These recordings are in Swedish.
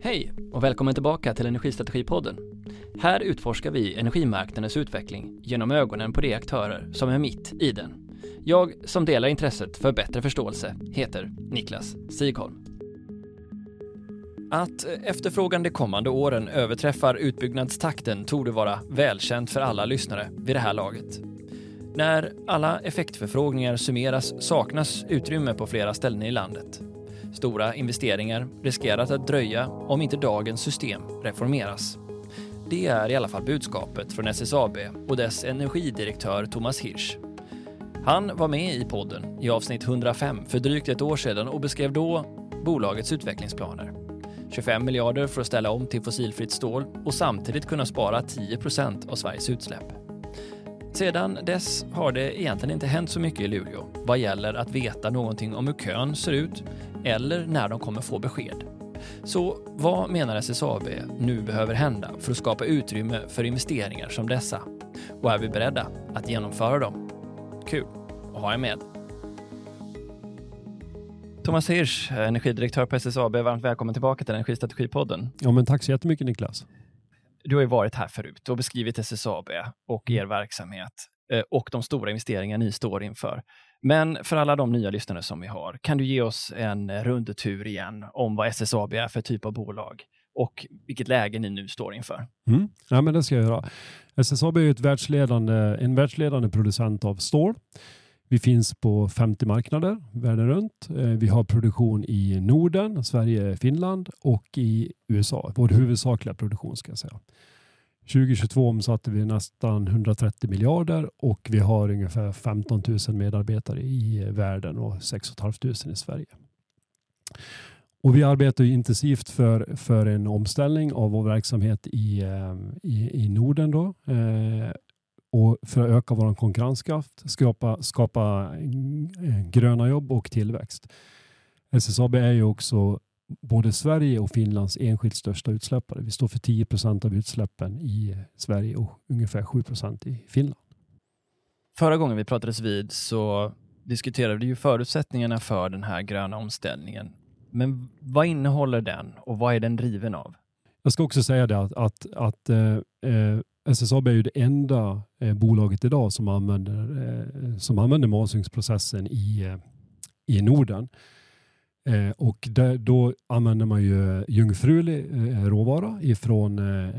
Hej och välkommen tillbaka till Energistrategipodden. Här utforskar vi energimarknadens utveckling genom ögonen på de aktörer som är mitt i den. Jag som delar intresset för bättre förståelse heter Niklas Sigholm. Att efterfrågan de kommande åren överträffar utbyggnadstakten torde vara välkänt för alla lyssnare vid det här laget. När alla effektförfrågningar summeras saknas utrymme på flera ställen i landet. Stora investeringar riskerar att dröja om inte dagens system reformeras. Det är i alla fall budskapet från SSAB och dess energidirektör Thomas Hirsch. Han var med i podden i avsnitt 105 för drygt ett år sedan och beskrev då bolagets utvecklingsplaner. 25 miljarder för att ställa om till fossilfritt stål och samtidigt kunna spara 10% av Sveriges utsläpp. Sedan dess har det egentligen inte hänt så mycket i Luleå vad gäller att veta någonting om hur kön ser ut eller när de kommer få besked. Så vad menar SSAB nu behöver hända för att skapa utrymme för investeringar som dessa? Och är vi beredda att genomföra dem? Kul att ha er med. Thomas Hirsch, energidirektör på SSAB, varmt välkommen tillbaka till Energistrategipodden. Ja, men tack så jättemycket, Niklas. Du har ju varit här förut och beskrivit SSAB och er verksamhet och de stora investeringar ni står inför. Men för alla de nya lyssnare som vi har, kan du ge oss en rundtur igen om vad SSAB är för typ av bolag och vilket läge ni nu står inför? Ja, men det ska jag göra. SSAB är ju en världsledande producent av stål. Vi finns på 50 marknader världen runt. Vi har produktion i Norden, Sverige, Finland och i USA. Vår huvudsakliga produktion ska jag säga. 2022 omsatte vi nästan 130 miljarder och vi har ungefär 15 000 medarbetare i världen och 6 500 i Sverige. Och vi arbetar ju intensivt för en omställning av vår verksamhet i Norden då. Och för att öka vår konkurrenskraft, skapa gröna jobb och tillväxt. SSAB är ju också både Sverige och Finlands enskilt största utsläppare. Vi står för 10% av utsläppen i Sverige och ungefär 7% i Finland. Förra gången vi pratades vid så diskuterade vi ju förutsättningarna för den här gröna omställningen. Men vad innehåller den och vad är den driven av? Jag ska också säga det att SSAB är ju det enda bolaget idag som använder masugnsprocessen i Norden. Och då använder man ju jungfrulig råvara ifrån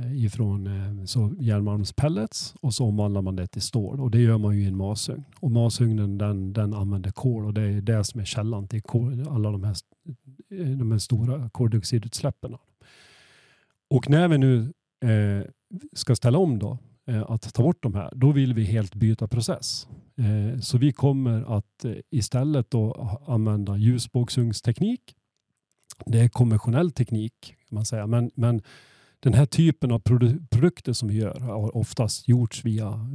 järnmalmspellets och så omvandlar man det till stål. Och det gör man ju i en masugn. Och masugnen den använder kol och det är det som är källan till alla de här stora koldioxidutsläppen. Och när vi nu ska ställa om då, att ta bort de här, då vill vi helt byta process. Så vi kommer att istället då använda ljusbågsugnsteknik. Det är konventionell teknik kan man säga, men den här typen av produkter som vi gör har oftast gjorts via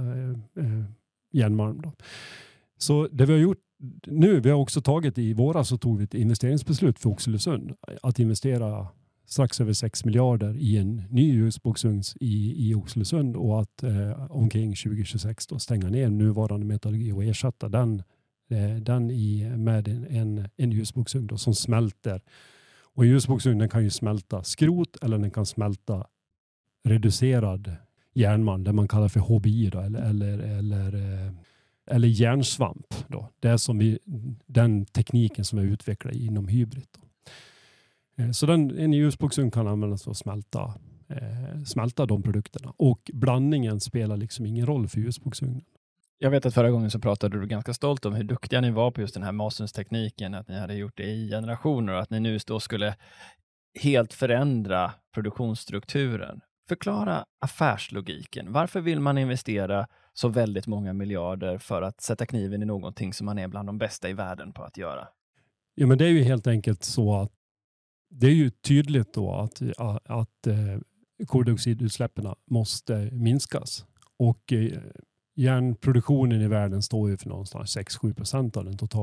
järnmalm då. Så det vi har gjort nu, vi har också tagit i våras så tog vi ett investeringsbeslut för Oxelösund att investera strax över 6 miljarder i en ny ljusbågsugn i Oxelösund och att omkring 2026 då stänga ner nuvarande metallurgi och ersätta den med en ljusbågsugn då som smälter. Och en ljusbågsugn den kan ju smälta skrot eller den kan smälta reducerad järnmalm, det man kallar för HBI då, eller järnsvamp då. Det är den tekniken som är utvecklad inom hybrid då. Så en ljusbågsugn kan användas för att smälta de produkterna. Och blandningen spelar liksom ingen roll för ljusbågsugnen. Jag vet att förra gången så pratade du ganska stolt om hur duktiga ni var på just den här masugnstekniken. Att ni hade gjort det i generationer och att ni nu då skulle helt förändra produktionsstrukturen. Förklara affärslogiken. Varför vill man investera så väldigt många miljarder för att sätta kniven i någonting som man är bland de bästa i världen på att göra? Ja, men det är ju helt enkelt så att det är ju tydligt då att koldioxidutsläppen måste minskas. Och järnproduktionen i världen står ju för någonstans 6-7% av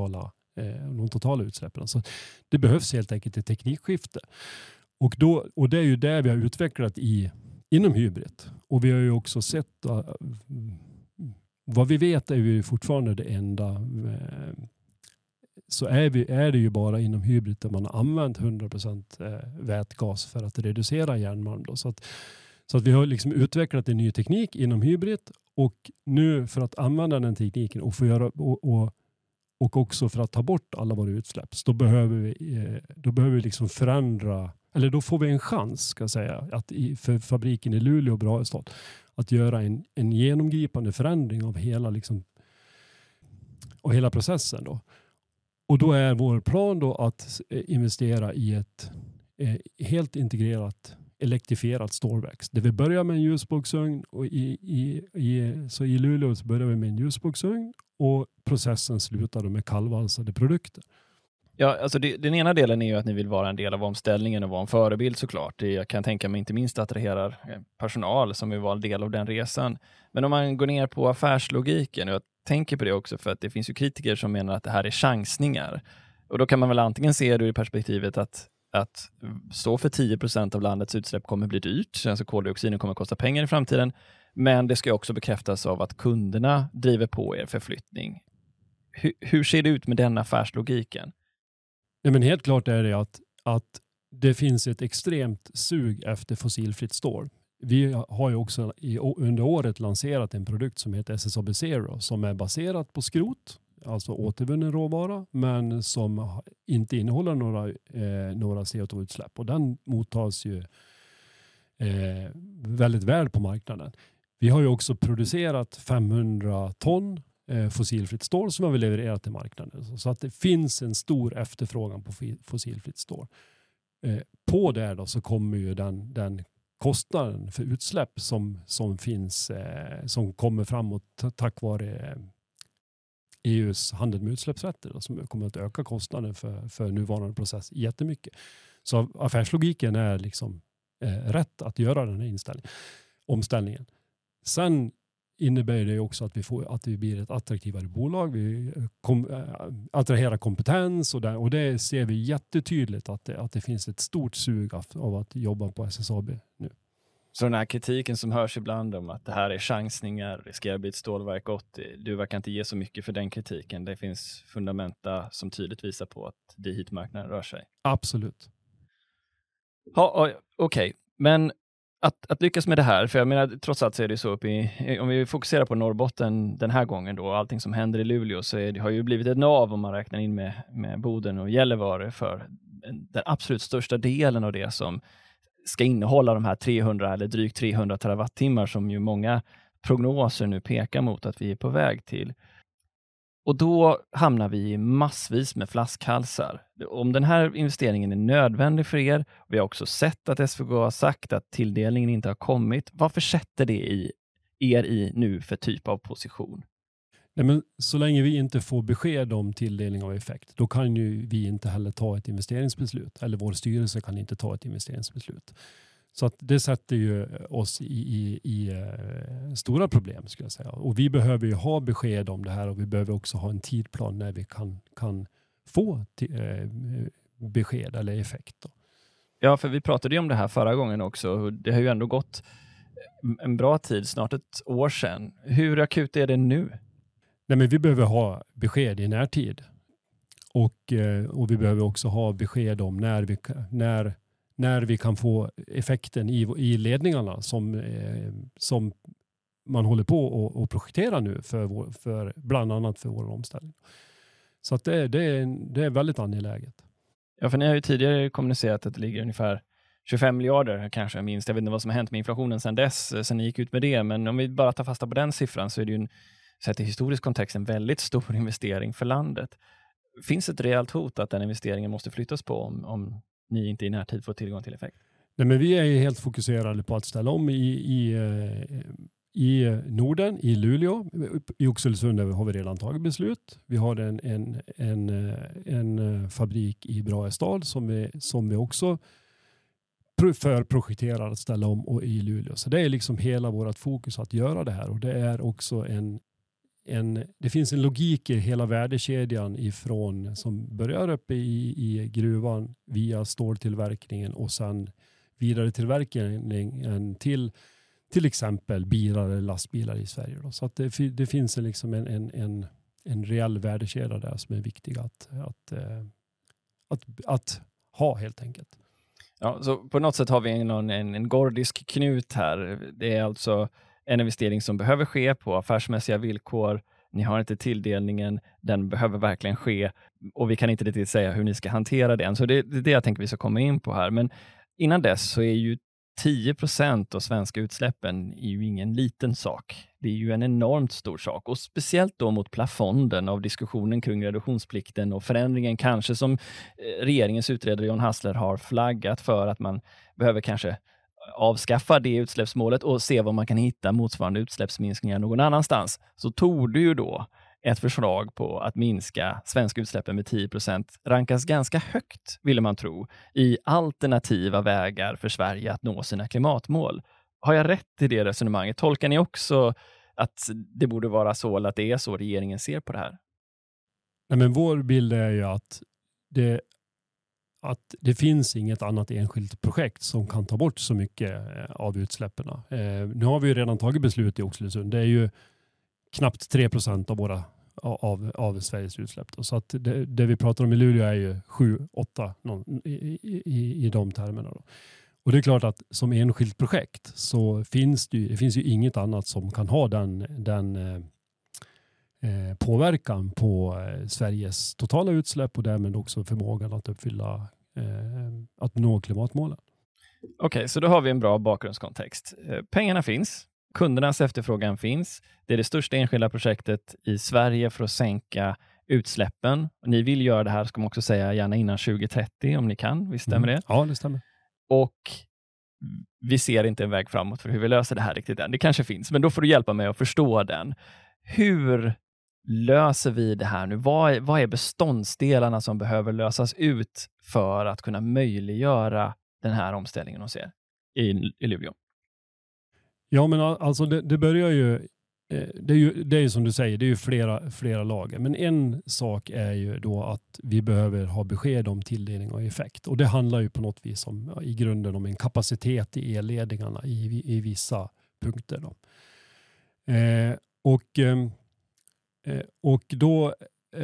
de totala utsläppen. Så det behövs helt enkelt ett teknikskifte. Och det är ju det vi har utvecklat inom hybrid. Och vi har ju också sett vad vi vet är ju fortfarande det enda så är det ju bara inom hybrid där man har använt 100% vätgas för att reducera järnmalm. Då. Så att vi har liksom utvecklat en ny teknik inom hybrid, och nu för att använda den tekniken och få göra och också för att ta bort alla våra utsläpp, så då behöver vi liksom förändra, eller då får vi en chans, ska jag säga, att för fabriken i Luleå och Brahestad att göra en genomgripande förändring av hela processen då. Och då är vår plan då att investera i ett helt integrerat elektrifierat stålverk. Där vi börjar med en ljusbågsugn, och så i Luleå så börjar vi med en ljusbågsugn, och processen slutar då med kallvalsade produkter. Ja, alltså den ena delen är ju att ni vill vara en del av omställningen och vara en förebild såklart. Jag kan tänka mig inte minst attraherar personal som vill vara en del av den resan. Men om man går ner på affärslogiken, och jag tänker på det också för att det finns ju kritiker som menar att det här är chansningar. Och då kan man väl antingen se det i perspektivet att stå för 10% av landets utsläpp kommer bli dyrt. Alltså koldioxiden kommer att kosta pengar i framtiden. Men det ska också bekräftas av att kunderna driver på er förflyttning. Hur ser det ut med den affärslogiken? Ja, men helt klart är det att det finns ett extremt sug efter fossilfritt stål. Vi har ju också under året lanserat en produkt som heter SSAB Zero, som är baserat på skrot, alltså återvunnen råvara, men som inte innehåller några CO2-utsläpp. Och den mottas ju väldigt väl på marknaden. Vi har ju också producerat 500 ton fossilfritt stål som har vi levererat till marknaden. Så att det finns en stor efterfrågan på fossilfritt stål. På det då så kommer ju den kostnaden för utsläpp som finns, som kommer framåt tack vare EUs handel med utsläppsrätter då, som kommer att öka kostnaden för nuvarande process jättemycket. Så affärslogiken är liksom rätt att göra den här omställningen. Sen innebär det också att vi blir ett attraktivare bolag. Vi attraherar kompetens, och det ser vi jättetydligt att det finns ett stort sug av att jobba på SSAB nu. Så den här kritiken som hörs ibland om att det här är chansningar, riskerar bli ett stålverk 80, du verkar inte ge så mycket för den kritiken. Det finns fundamenta som tydligt visar på att det är hit marknaden rör sig. Absolut. Ja, okej. Men att lyckas med det här, för jag menar trots allt så är det så om vi fokuserar på Norrbotten den här gången då, allting som händer i Luleå, så har ju blivit ett nav om man räknar in med Boden och Gällivare för den absolut största delen av det som ska innehålla de här 300 eller drygt 300 terawattimmar som ju många prognoser nu pekar mot att vi är på väg till. Och då hamnar vi i massvis med flaskhalsar. Om den här investeringen är nödvändig för er, vi har också sett att SVG har sagt att tilldelningen inte har kommit. Varför sätter det er i nu för typ av position? Nej, men så länge vi inte får besked om tilldelning av effekt, då kan ju vi inte heller ta ett investeringsbeslut. Eller vår styrelse kan inte ta ett investeringsbeslut. Så att det sätter ju oss i stora problem, skulle jag säga. Och vi behöver ju ha besked om det här, och vi behöver också ha en tidplan när vi kan få besked eller effekt då. Ja, för vi pratade ju om det här förra gången också. Det har ju ändå gått en bra tid, snart ett år sedan. Hur akut är det nu? Nej, men vi behöver ha besked i närtid. Och vi behöver också ha besked om när vi kan få effekten i ledningarna som man håller på och projektera nu för bland annat för vår omställning. Så att det är väldigt angeläget. Ja, för ni har ju tidigare kommunicerat att det ligger ungefär 25 miljarder kanske minst. Jag vet inte vad som har hänt med inflationen sen ni gick ut med det, men om vi bara tar fasta på den siffran så är det ju sett i historisk kontext en väldigt stor investering för landet. Finns ett rejält hot att den investeringen måste flyttas på om ni inte i närtid får tillgång till effekt? Nej, men vi är ju helt fokuserade på att ställa om i Norden, i Luleå. I Oxelösund har vi redan tagit beslut. Vi har en fabrik i Brahestad som vi också förprojekterar att ställa om, och i Luleå. Så det är liksom hela vårt fokus att göra det här, och det är också det finns en logik i hela värdekedjan som börjar uppe i gruvan via ståltillverkningen och sen vidare tillverkningen till exempel bilar eller lastbilar i Sverige då. Så att det finns liksom en reell värdekedja där som är viktig att ha helt enkelt. Ja, så på något sätt har vi en gordisk knut här. Det är alltså en investering som behöver ske på affärsmässiga villkor. Ni har inte tilldelningen, den behöver verkligen ske och vi kan inte riktigt säga hur ni ska hantera den. Så det är det jag tänker vi ska komma in på här. Men innan dess så är ju 10% av svenska utsläppen är ju ingen liten sak. Det är ju en enormt stor sak och speciellt då mot plafonden av diskussionen kring reduktionsplikten och förändringen kanske som regeringens utredare John Hassler har flaggat för att man behöver kanske avskaffa det utsläppsmålet och se vad man kan hitta motsvarande utsläppsminskningar någon annanstans. Så tog det ju då ett förslag på att minska svenska utsläppen med 10% rankas ganska högt, ville man tro, i alternativa vägar för Sverige att nå sina klimatmål. Har jag rätt i det resonemanget? Tolkar ni också att det borde vara så eller att det är så regeringen ser på det här? Nej, men vår bild är ju att det finns inget annat enskilt projekt som kan ta bort så mycket av utsläppen. Nu har vi ju redan tagit beslut i Oxelösund. Det är ju knappt 3% av Sveriges utsläpp. Så att det vi pratar om i Luleå är ju 7-8 i de termerna. Då. Och det är klart att som enskilt projekt så finns det finns ju inget annat som kan ha den påverkan på Sveriges totala utsläpp och därmed också förmågan att uppfylla att nå klimatmålen. Okej, så då har vi en bra bakgrundskontext. Pengarna finns, kundernas efterfrågan finns. Det är det största enskilda projektet i Sverige för att sänka utsläppen. Ni vill göra det här, ska man också säga, gärna innan 2030 om ni kan. Visst stämmer det? Ja, det stämmer. Och vi ser inte en väg framåt för hur vi löser det här riktigt än. Det kanske finns, men då får du hjälpa mig att förstå den. Hur löser vi det här nu? Vad är beståndsdelarna som behöver lösas ut för att kunna möjliggöra den här omställningen hos er i Luleå? Ja, men alltså det börjar ju det är ju som du säger, det är ju flera lager. Men en sak är ju då att vi behöver ha besked om tilldelning och effekt. Och det handlar ju på något vis om, i grunden om en kapacitet i elledningarna i vissa punkter. Då. Och då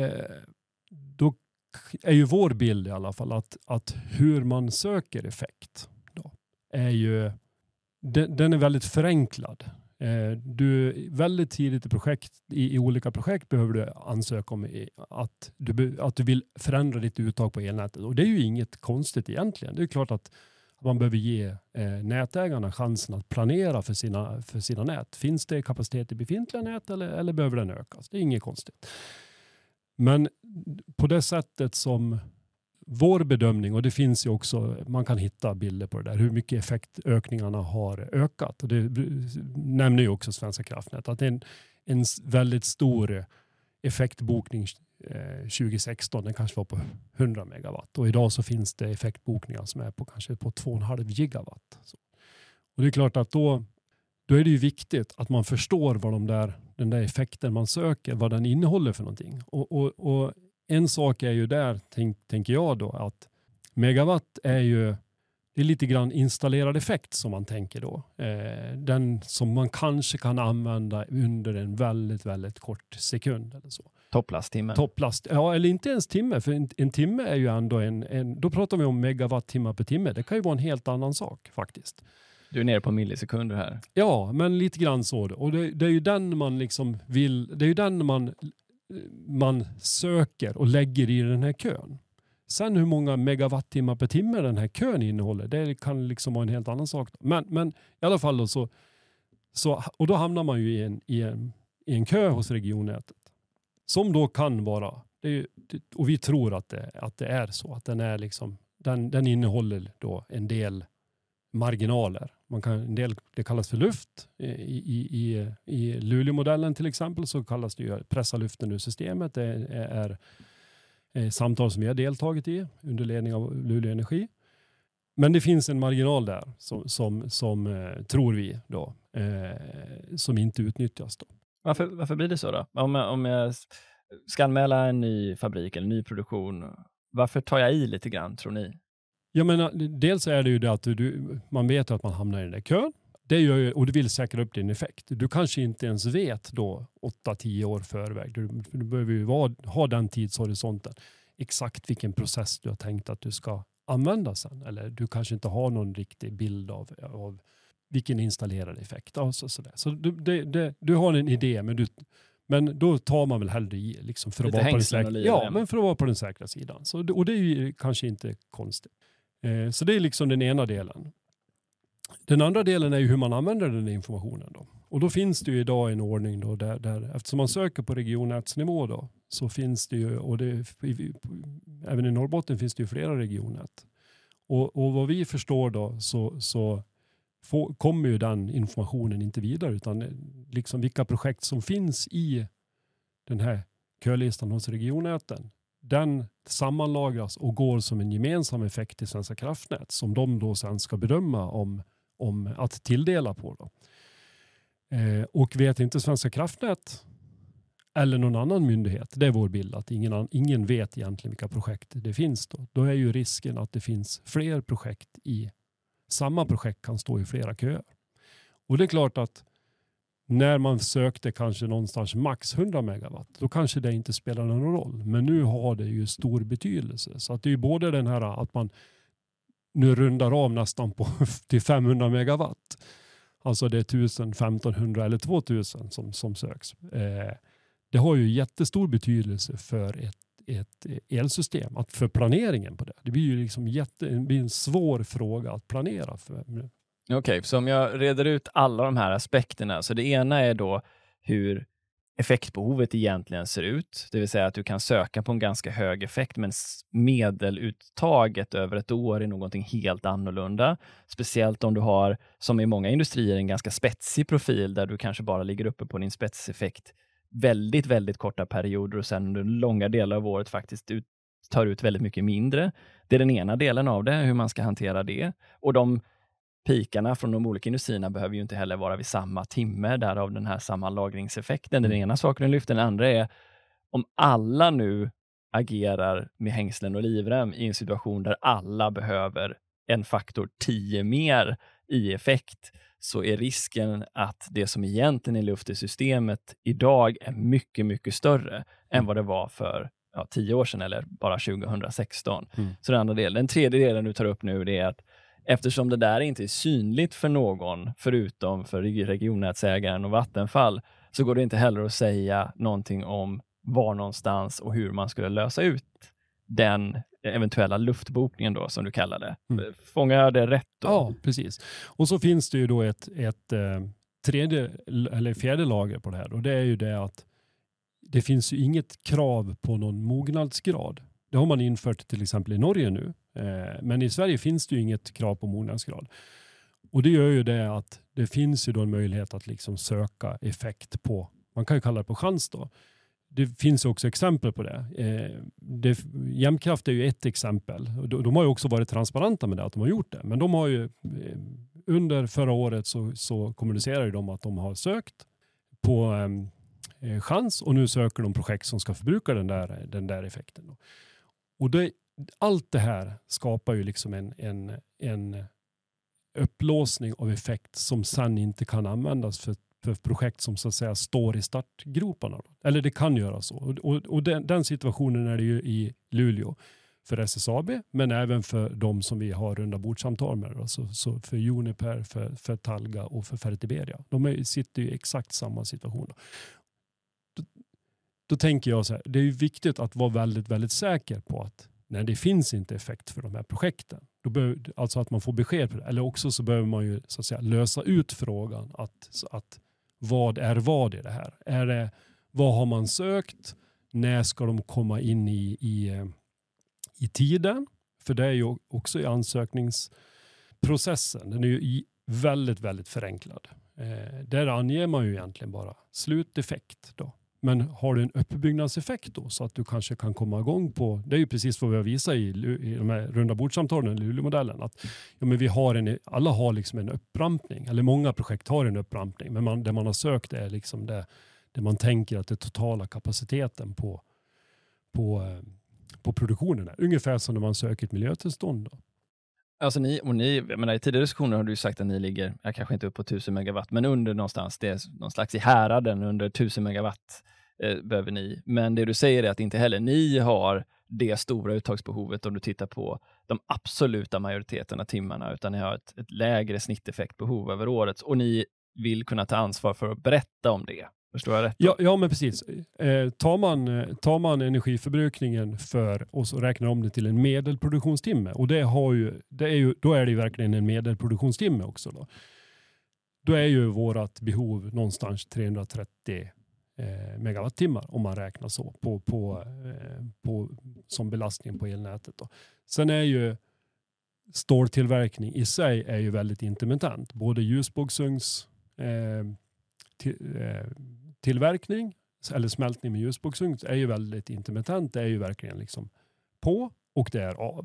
är ju vår bild i alla fall att hur man söker effekt då är ju, den är väldigt förenklad. Du väldigt tidigt i olika projekt behöver du ansöka om att du vill förändra ditt uttag på elnätet. Och det är ju inget konstigt egentligen. Det är klart att man behöver ge nätägarna chansen att planera för sina nät. Finns det kapacitet i befintliga nät eller behöver den ökas? Det är inget konstigt. Men på det sättet som vår bedömning, och det finns ju också, man kan hitta bilder på det där, hur mycket effektökningarna har ökat. Och det nämner ju också Svenska kraftnät, att det är en väldigt stor effektbokning 2016, den kanske var på 100 megawatt. Och idag så finns det effektbokningar som är på kanske på 2,5 gigawatt. Så. Och det är klart att då är det ju viktigt att man förstår vad den där effekten man söker, vad den innehåller för någonting. Och en sak är ju där, tänker jag då, att megawatt det är lite grann installerad effekt som man tänker då. Den som man kanske kan använda under en väldigt, väldigt kort sekund eller så. Topplasttimme. Ja, eller inte ens timme, för en timme är ju ändå då pratar vi om megawattimmar per timme. Det kan ju vara en helt annan sak faktiskt. Du är nere på millisekunder här. Ja, men lite grann så. Och det är ju den man liksom vill, det är ju den man söker och lägger i den här kön. Sen hur många megawattimmar per timme den här kön innehåller, det kan liksom vara en helt annan sak. Men i alla fall då så och då hamnar man ju i en kö hos regionnätet. Som då kan vara, och vi tror att det är så, att den är liksom, den innehåller då en del marginaler. Det kallas för luft. I Luleå-modellen till exempel så kallas det ju pressa luften ur systemet. Det är samtal som vi har deltagit i under ledning av Luleå Energi. Men det finns en marginal där som tror vi då som inte utnyttjas då. Varför blir det så då? Om jag ska anmäla en ny fabrik eller ny produktion, varför tar jag i lite grann, tror ni? Jag menar, dels är det ju det att man vet att man hamnar i den där kön. Det gör ju, och du vill säkra upp din effekt. Du kanske inte ens vet då 8-10 år förväg. Du behöver ju ha den tidshorisonten. Exakt vilken process du har tänkt att du ska använda sen. Eller du kanske inte har någon riktig bild av vilken installerad effekt. Alltså sådär. Så du har en idé, men då tar man väl hellre i liksom för att vara på den säkra. Ja, men för att vara på den säkra sidan. Och det är ju kanske inte konstigt. Så det är liksom den ena delen. Den andra delen är ju hur man använder den informationen då. Och då finns det ju idag en ordning då där eftersom man söker på regionnätsnivå då så finns det ju, och även i Norrbotten finns det ju flera regionnät. Och vad vi förstår då så kommer ju den informationen inte vidare, utan liksom vilka projekt som finns i den här kölistan hos regionnäten, den sammanlagras och går som en gemensam effekt till Svenska kraftnät som de då sen ska bedöma om att tilldela på då. Och vet inte Svenska kraftnät eller någon annan myndighet, det är vår bild att ingen vet egentligen vilka projekt det finns då. Då är ju risken att det finns fler projekt samma projekt kan stå i flera köer. Och det är klart att när man sökte kanske någonstans max 100 megawatt, då kanske det inte spelar någon roll. Men nu har det ju stor betydelse. Så att det är ju både den här att man nu rundar av nästan till 500 megawatt. Alltså det är 1000, 1500 eller 2000 som söks. Det har ju jättestor betydelse för ett elsystem, för planeringen på det. Det blir ju liksom en svår fråga att planera för. Okej, så om jag reder ut alla de här aspekterna. Så det ena är då hur effektbehovet egentligen ser ut. Det vill säga att du kan söka på en ganska hög effekt, men medeluttaget över ett år är någonting helt annorlunda. Speciellt om du har, som i många industrier, en ganska spetsig profil där du kanske bara ligger uppe på din spetseffekt väldigt, väldigt korta perioder och sen under långa delar av året faktiskt tar ut väldigt mycket mindre. Det är den ena delen av det, hur man ska hantera det. Och de pikarna från de olika industrierna behöver ju inte heller vara vid samma timme, därav den här sammanlagringseffekten. Den ena saken är lyften, den andra är om alla nu agerar med hängslen och livrem i en situation där alla behöver en faktor 10 mer i effekt, så är risken att det som egentligen är luft i systemet idag är mycket, mycket större än vad det var för 10 år sedan eller bara 2016. Så den andra delen. Den tredje delen du tar upp nu, det är att eftersom det där inte är synligt för någon förutom för regionnätsägaren och Vattenfall, så går det inte heller att säga någonting om var någonstans och hur man skulle lösa ut den eventuella luftbokningen då, som du kallar det. Fångar jag det rätt då? Ja, precis. Och så finns det ju då ett tredje eller fjärde lager på det här. Och det är ju det att det finns ju inget krav på någon mognadsgrad. Det har man infört till exempel i Norge nu. Men i Sverige finns det ju inget krav på mognadsgrad. Och det gör ju det att det finns ju då en möjlighet att liksom söka effekt på, man kan ju kalla det på chans då. Det finns också exempel på det. Jämtkraft är ju ett exempel. De har ju också varit transparenta med det, att de har gjort det. Men de har ju under förra året så kommunicerar ju de att de har sökt på chans och nu söker de projekt som ska förbruka den där effekten då. Och allt det här skapar ju liksom en upplåsning av effekt som sen inte kan användas för projekt som så att säga står i startgroparna. Eller det kan göra så. Och den situationen är det ju i Luleå för SSAB, men även för de som vi har runda bordsamtal med. Alltså, så för Uniper, för Talga och för Fertiberia. De sitter ju i exakt samma situation. Då tänker jag så här, det är ju viktigt att vara väldigt, väldigt säker på att när det finns inte effekt för de här projekten, alltså att man får besked på det. Eller också så behöver man ju så att säga lösa ut frågan att vad är vad i det här? Vad har man sökt? När ska de komma in i tiden? För det är ju också i ansökningsprocessen. Den är ju väldigt, väldigt förenklad. Där anger man ju egentligen bara sluteffekt då. Men har du en uppbyggnadseffekt då så att du kanske kan komma igång på, det är ju precis vad vi har visat i de här runda bordsamtalen, Luleå-modellen, att men alla har liksom en upprampning, eller många projekt har en upprampning, men det man har sökt är liksom det man tänker att det totala kapaciteten på produktionen är. Ungefär som när man söker ett miljötillstånd då. Alltså jag menar, i tidigare diskussioner har du sagt att ni ligger, jag kanske inte upp på 1000 megawatt, men under någonstans, det är någon slags i häraden under 1000 megawatt behöver ni. Men det du säger är att inte heller ni har det stora uttagsbehovet om du tittar på de absoluta majoriteten av timmarna, utan ni har ett lägre snitteffektbehov över året och ni vill kunna ta ansvar för att berätta om det. Förstår jag rätt? Ja, men precis. Tar man energiförbrukningen och så räknar om det till en medelproduktionstimme, och då är det ju verkligen en medelproduktionstimme också. Då är ju vårat behov någonstans 330 megawattimmar om man räknar så på som belastning på elnätet. Då. Sen är ju ståltillverkning i sig är ju väldigt intermittent. Både ljusbågsugns tillverkning eller smältning med ljusbågsugn är ju väldigt intermittent. Det är ju verkligen liksom på och det är av.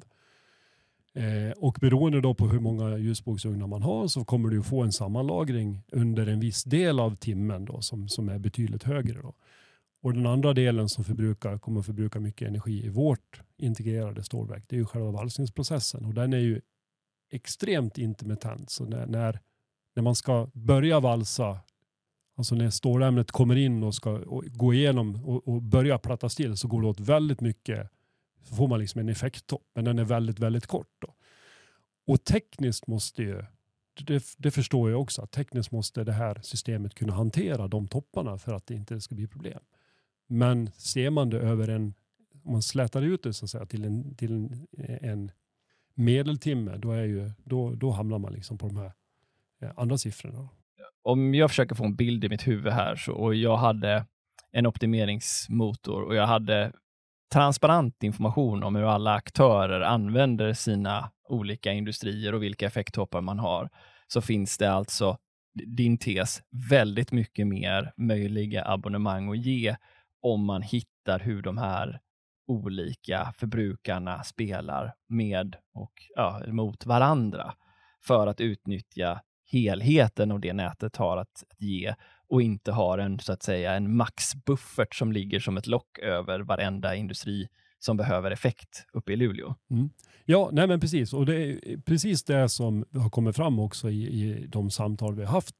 Och beroende då på hur många ljusbågsugnar man har så kommer du få en sammanlagring under en viss del av timmen då, som är betydligt högre. Då. Och den andra delen som kommer att förbruka mycket energi i vårt integrerade stålverk, det är ju själva valsningsprocessen. Och den är ju extremt intermittent. Så när man ska börja valsa, alltså när stålämnet kommer in och ska gå igenom och börja plattas till, så går det åt väldigt mycket. Så får man liksom en effekttopp, men den är väldigt, väldigt kort då. Och tekniskt måste ju, det förstår jag också, att tekniskt måste det här systemet kunna hantera de topparna för att det inte ska bli problem. Men ser man det om man slätar ut det så att säga till en medeltimme, då hamnar man liksom på de här andra siffrorna. Om jag försöker få en bild i mitt huvud här och jag hade en optimeringsmotor och jag hade transparent information om hur alla aktörer använder sina olika industrier och vilka effekttoppar man har, så finns det alltså, din tes, väldigt mycket mer möjliga abonnemang att ge om man hittar hur de här olika förbrukarna spelar med och mot varandra för att utnyttja helheten av det nätet har att ge och inte har en maxbuffert som ligger som ett lock över varenda industri som behöver effekt uppe i Luleå. Mm. Ja, nej men precis. Och det är precis det som har kommit fram också i de samtal vi har haft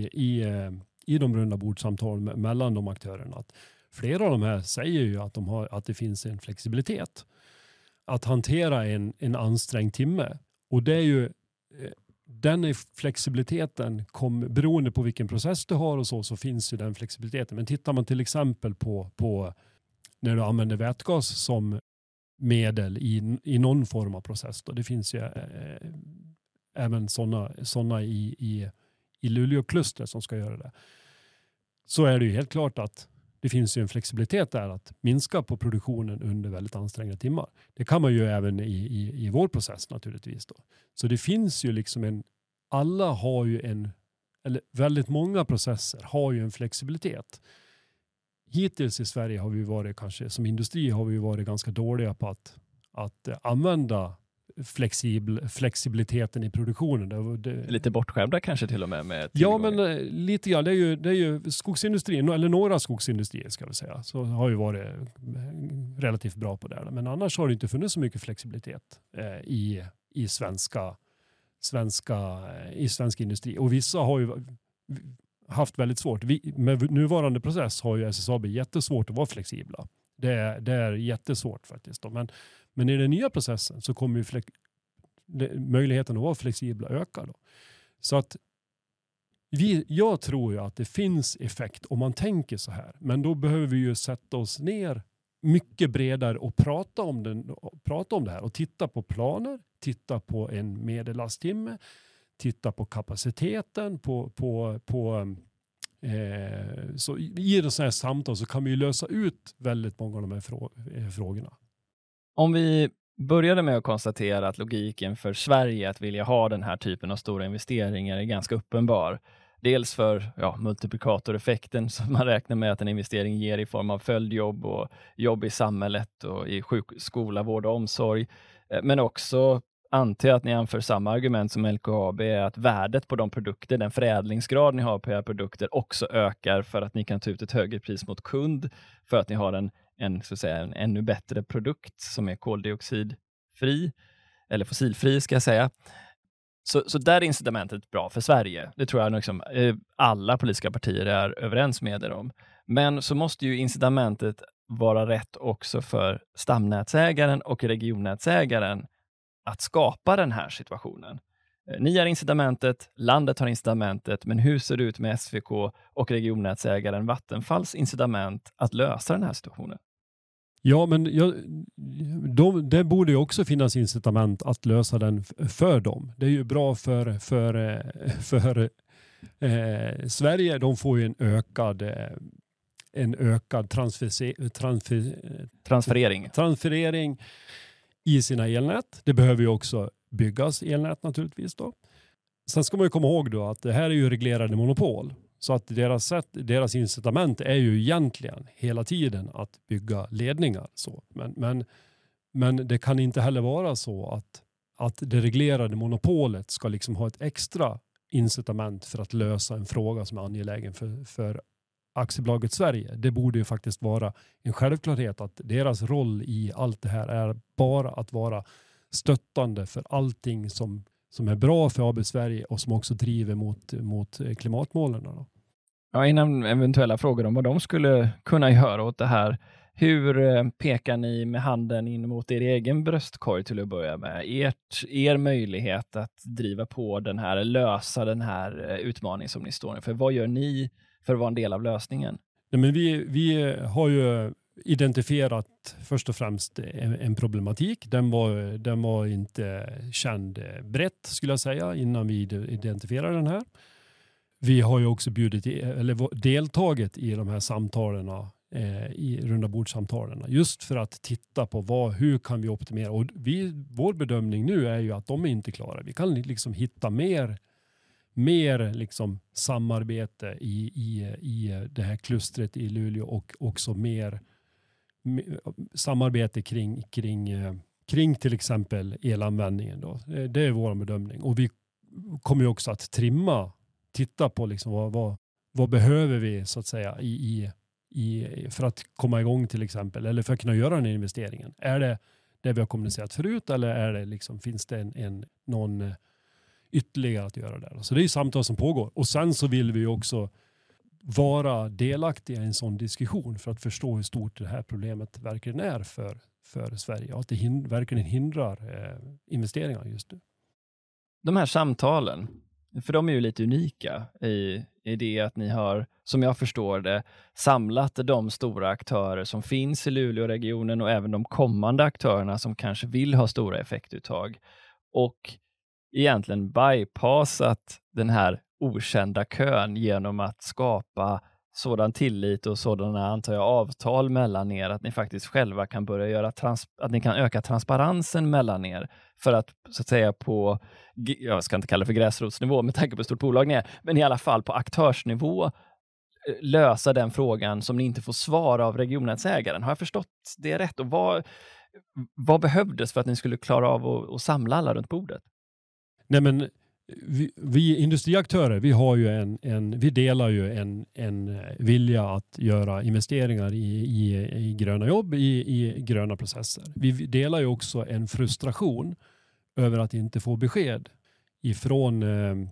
i de runda bordsamtal mellan de aktörerna. Att flera av de här säger ju att det finns en flexibilitet att hantera en ansträngd timme. Och det är ju den flexibiliteten beroende på vilken process du har och så finns ju den flexibiliteten. Men tittar man till exempel på när du använder vätgas som medel i någon form av process då, det finns ju även sådana i Luleå-klustret som ska göra det. Så är det ju helt klart att det finns ju en flexibilitet där att minska på produktionen under väldigt ansträngda timmar. Det kan man ju även i vår process naturligtvis då. Så det finns ju liksom alla har ju eller väldigt många processer har ju en flexibilitet. Hittills i Sverige har vi varit, kanske som industri har vi varit ganska dåliga på att använda flexibiliteten i produktionen. Lite bortskämda kanske till och med ja, men lite grann. Det är ju skogsindustrin, eller några skogsindustrier ska vi säga, så har ju varit relativt bra på det. Men annars har det inte funnits så mycket flexibilitet i svensk industri. Och vissa har ju haft väldigt svårt. Med nuvarande process har ju SSAB jättesvårt att vara flexibla. Det är jättesvårt faktiskt. Men i den nya processen så kommer ju möjligheten att vara flexibla öka då. Så att jag tror ju att det finns effekt om man tänker så här. Men då behöver vi ju sätta oss ner mycket bredare och prata om det här och titta på planer, titta på en medellasttimme, titta på kapaciteten så i det så här samtal så kan vi ju lösa ut väldigt många av de här frågorna. Om vi började med att konstatera att logiken för Sverige att vilja ha den här typen av stora investeringar är ganska uppenbar. Dels för multiplikatoreffekten som man räknar med att en investering ger i form av följdjobb och jobb i samhället och i skola, vård och omsorg. Men också antar jag att ni anför samma argument som LKAB, att värdet på de produkter, den förädlingsgrad ni har på era produkter också ökar för att ni kan ta ut ett högre pris mot kund, för att ni har en ännu bättre produkt som är koldioxidfri. eller fossilfri ska jag säga. Så där är incitamentet bra för Sverige. Det tror jag liksom, alla politiska partier är överens med er om. Men så måste ju incitamentet vara rätt också för stamnätsägaren och regionnätsägaren att skapa den här situationen. Ni har incitamentet, landet har incitamentet, men hur ser det ut med SVK och regionnätsägaren Vattenfalls incitament att lösa den här situationen? Ja, men det borde ju också finnas incitament att lösa den för dem. Det är ju bra för Sverige. De får ju en ökad transferering i sina elnät. Det behöver ju också byggas elnät naturligtvis då. Sen ska man ju komma ihåg då att det här är ju reglerade monopol. Så att deras incitament är ju egentligen hela tiden att bygga ledningar. Så. Men det kan inte heller vara så att det reglerade monopolet ska liksom ha ett extra incitament för att lösa en fråga som är angelägen för aktiebolaget Sverige. Det borde ju faktiskt vara en självklarhet att deras roll i allt det här är bara att vara stöttande för allting som är bra för AB Sverige och som också driver mot klimatmålen. Då. Ja, innan eventuella frågor om vad de skulle kunna göra åt det här. Hur pekar ni med handen in mot er egen bröstkorg till att börja med? Er möjlighet att driva på den här, lösa den här utmaningen som ni står inför. Vad gör ni för att vara en del av lösningen? Nej, men vi har ju identifierat först och främst en problematik. Den var inte känd brett skulle jag säga innan vi identifierade den här. Vi har ju också deltagit i de här samtalen, i runda bordssamtalen, just för att titta på hur kan vi optimera. Och vår bedömning nu är ju att de är inte klara. Vi kan liksom hitta mer liksom samarbete i det här klustret i Luleå och också mer samarbete kring till exempel elanvändningen då. Det är vår bedömning. Och vi kommer ju också att titta på liksom vad behöver vi så att säga för att komma igång till exempel, eller för att kunna göra den här investeringen. Är det vi har kommunicerat förut, eller är det liksom, finns det någon ytterligare att göra där? Så det är ju samtal som pågår. Och sen så vill vi också vara delaktiga i en sån diskussion för att förstå hur stort det här problemet verkligen är för Sverige och att det verkligen hindrar investeringar just nu. De här samtalen, för de är ju lite unika i det att ni har, som jag förstår det, samlat de stora aktörer som finns i Luleåregionen och även de kommande aktörerna som kanske vill ha stora effektuttag och egentligen bypassat den här okända kön genom att skapa sådan tillit och sådana, antar jag, avtal mellan er att ni faktiskt själva kan börja göra att ni kan öka transparensen mellan er för att så att säga på, jag ska inte kalla det för gräsrotsnivå med tanke på hur stort bolag ni är, men i alla fall på aktörsnivå lösa den frågan som ni inte får svar av regionnätsägaren. Har jag förstått det rätt? Och vad behövdes för att ni skulle klara av att samla alla runt bordet? Nej, men vi industriaktörer, vi har ju vi delar ju en vilja att göra investeringar i gröna jobb, i gröna processer. Vi delar ju också en frustration över att inte få besked ifrån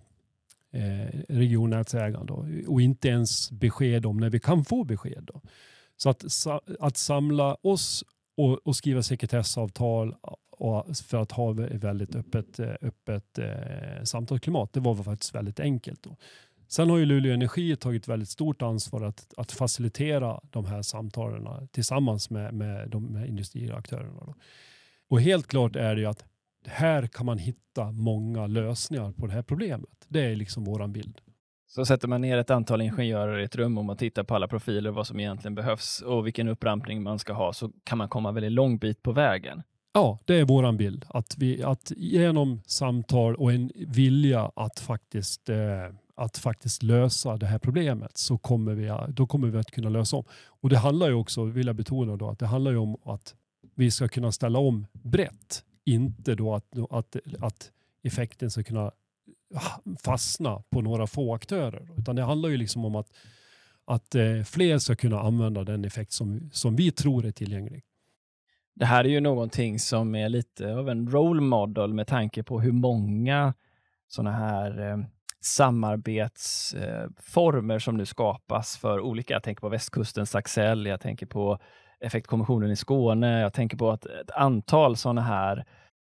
regionnätsägaren då, och inte ens besked om när vi kan få besked då. Så att samla oss och skriva sekretessavtal och för att ha ett väldigt öppet samtalsklimat, det var faktiskt väldigt enkelt då. Sen har ju Luleå Energi tagit väldigt stort ansvar att facilitera de här samtalen tillsammans med de här industriaktörerna då. Och helt klart är det ju att här kan man hitta många lösningar på det här problemet. Det är liksom våran bild. Så sätter man ner ett antal ingenjörer i ett rum och man tittar på alla profiler, vad som egentligen behövs och vilken upprampning man ska ha, så kan man komma väldigt lång bit på vägen. Ja, det är våran bild. Att genom samtal och en vilja att faktiskt lösa det här problemet så kommer vi att kunna lösa om. Och det handlar ju också, vill jag betona då, att det handlar ju om att vi ska kunna ställa om brett. Inte då att effekten ska kunna fastna på några få aktörer. Utan det handlar ju liksom om att fler ska kunna använda den effekt som vi tror är tillgänglig. Det här är ju någonting som är lite av en role model med tanke på hur många sådana här samarbetsformer som nu skapas för olika. Jag tänker på västkustens Axel, jag tänker på effektkommissionen i Skåne, jag tänker på att ett antal sådana här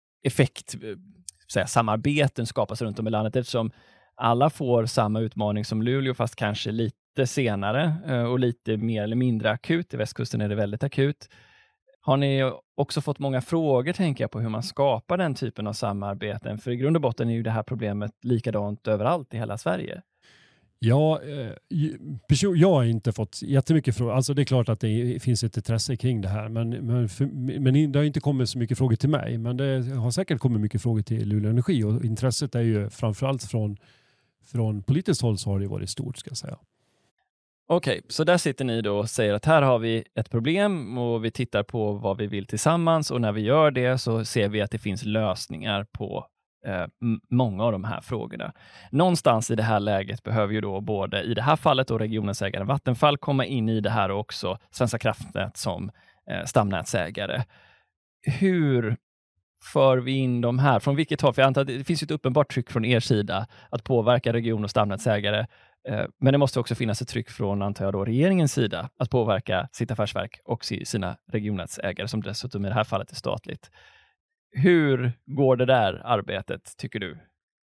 samarbeten skapas runt om i landet, eftersom alla får samma utmaning som Luleå, fast kanske lite senare och lite mer eller mindre akut. I västkusten är det väldigt akut. Har ni också fått många frågor, tänker jag, på hur man skapar den typen av samarbeten? För i grund och botten är ju det här problemet likadant överallt i hela Sverige. Ja, jag har inte fått jättemycket frågor. Alltså det är klart att det finns ett intresse kring det här. Men det har inte kommit så mycket frågor till mig. Men det har säkert kommit mycket frågor till Luleå Energi. Och intresset är ju framförallt från politiskt håll, så har det varit stort, ska jag säga. Okej, så där sitter ni då och säger att här har vi ett problem och vi tittar på vad vi vill tillsammans, och när vi gör det så ser vi att det finns lösningar på många av de här frågorna. Någonstans i det här läget behöver ju då både i det här fallet och regionens ägare Vattenfall komma in i det här, och också Svenska kraftnät som stamnätsägare. Hur för vi in de här? Från vilket håll? För jag antar att det finns ett uppenbart tryck från er sida att påverka region- och stamnätsägare. Men det måste också finnas ett tryck från, antar jag då, regeringens sida att påverka sitt affärsverk och sina regionnätsägare, som dessutom i det här fallet är statligt. Hur går det där arbetet, tycker du?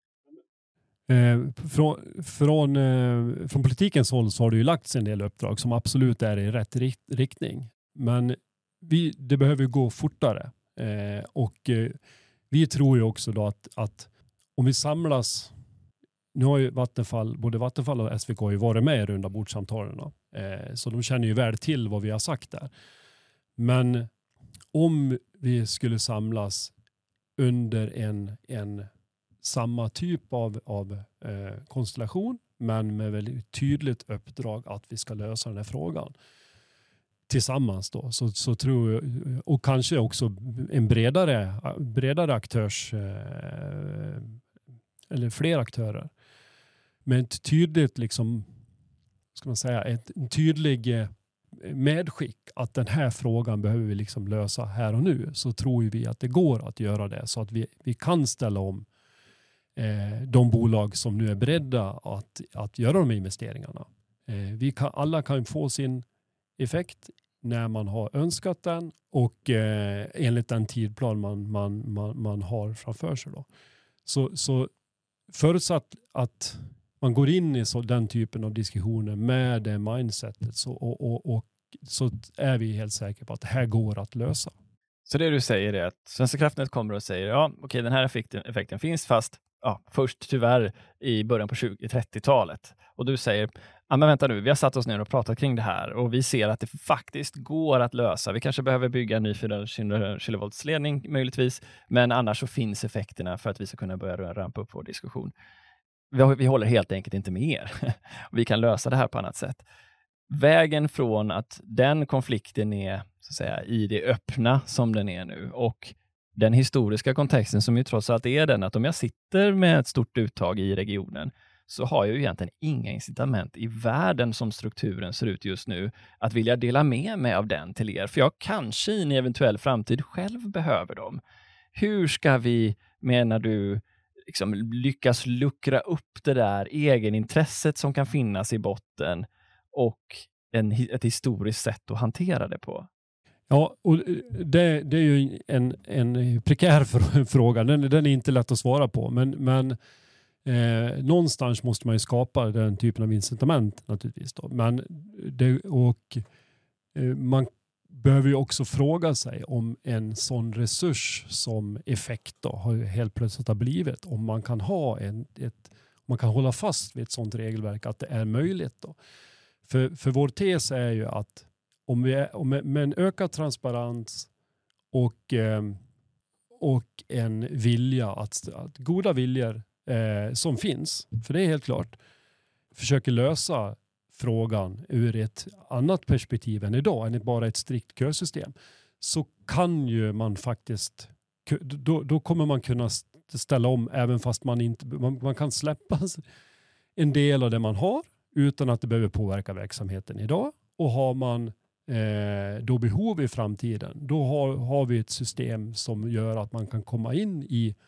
Från politikens håll så har det ju lagts en del uppdrag som absolut är i rätt riktning. Men det behöver gå fortare. Vi tror ju också då att om vi samlas. Nu har ju både Vattenfall och SVK har ju varit med i runda bordssamtalen. Så de känner ju väl till vad vi har sagt där. Men om vi skulle samlas under en samma typ av konstellation, men med väldigt tydligt uppdrag att vi ska lösa den här frågan tillsammans då, så tror jag, och kanske också en bredare aktörs eller fler aktörer, med ett tydligt en tydlig medskick att den här frågan behöver vi lösa här och nu, så tror vi att det går att göra det, så att vi kan ställa om de bolag som nu är beredda att göra de investeringarna. Alla kan få sin effekt när man har önskat den och enligt den tidplan man har framför sig då. Så förutsatt att man går in i den typen av diskussioner med det mindsetet, så är vi helt säkra på att det här går att lösa. Så det du säger är att Svenska kraftnät kommer och säger okej, den här effekten finns, fast först tyvärr i början på 20-30-talet. Och du säger, men vänta nu, vi har satt oss ner och pratat kring det här och vi ser att det faktiskt går att lösa. Vi kanske behöver bygga en ny 400 kV-ledning möjligtvis, men annars så finns effekterna för att vi ska kunna börja rampa upp vår diskussion. Vi håller helt enkelt inte med er. Vi kan lösa det här på annat sätt. Vägen från att den konflikten är, så att säga, i det öppna som den är nu, och den historiska kontexten som ju trots allt är den att om jag sitter med ett stort uttag i regionen, så har jag ju egentligen inga incitament i världen som strukturen ser ut just nu att vilja dela med mig av den till er. För jag kanske i en eventuell framtid själv behöver dem. Hur ska vi, menar du, lyckas luckra upp det där egenintresset som kan finnas i botten och ett historiskt sätt att hantera det på? Ja, och det är ju en prekär fråga. Den är inte lätt att svara på. Men någonstans måste man ju skapa den typen av incitament naturligtvis. Då. Man behöver ju också fråga sig om en sån resurs som effekt då har helt plötsligt har blivit. Om man kan man kan hålla fast vid ett sånt regelverk att det är möjligt då. För vår tes är ju att med en ökad transparens och en vilja att goda viljor som finns, för det är helt klart, försöker lösa frågan ur ett annat perspektiv än idag, än bara ett strikt kösystem, så kan ju man faktiskt då kommer man kunna ställa om, även fast man kan släppa en del av det man har utan att det behöver påverka verksamheten idag. Och har man då behov i framtiden, då har vi ett system som gör att man kan komma in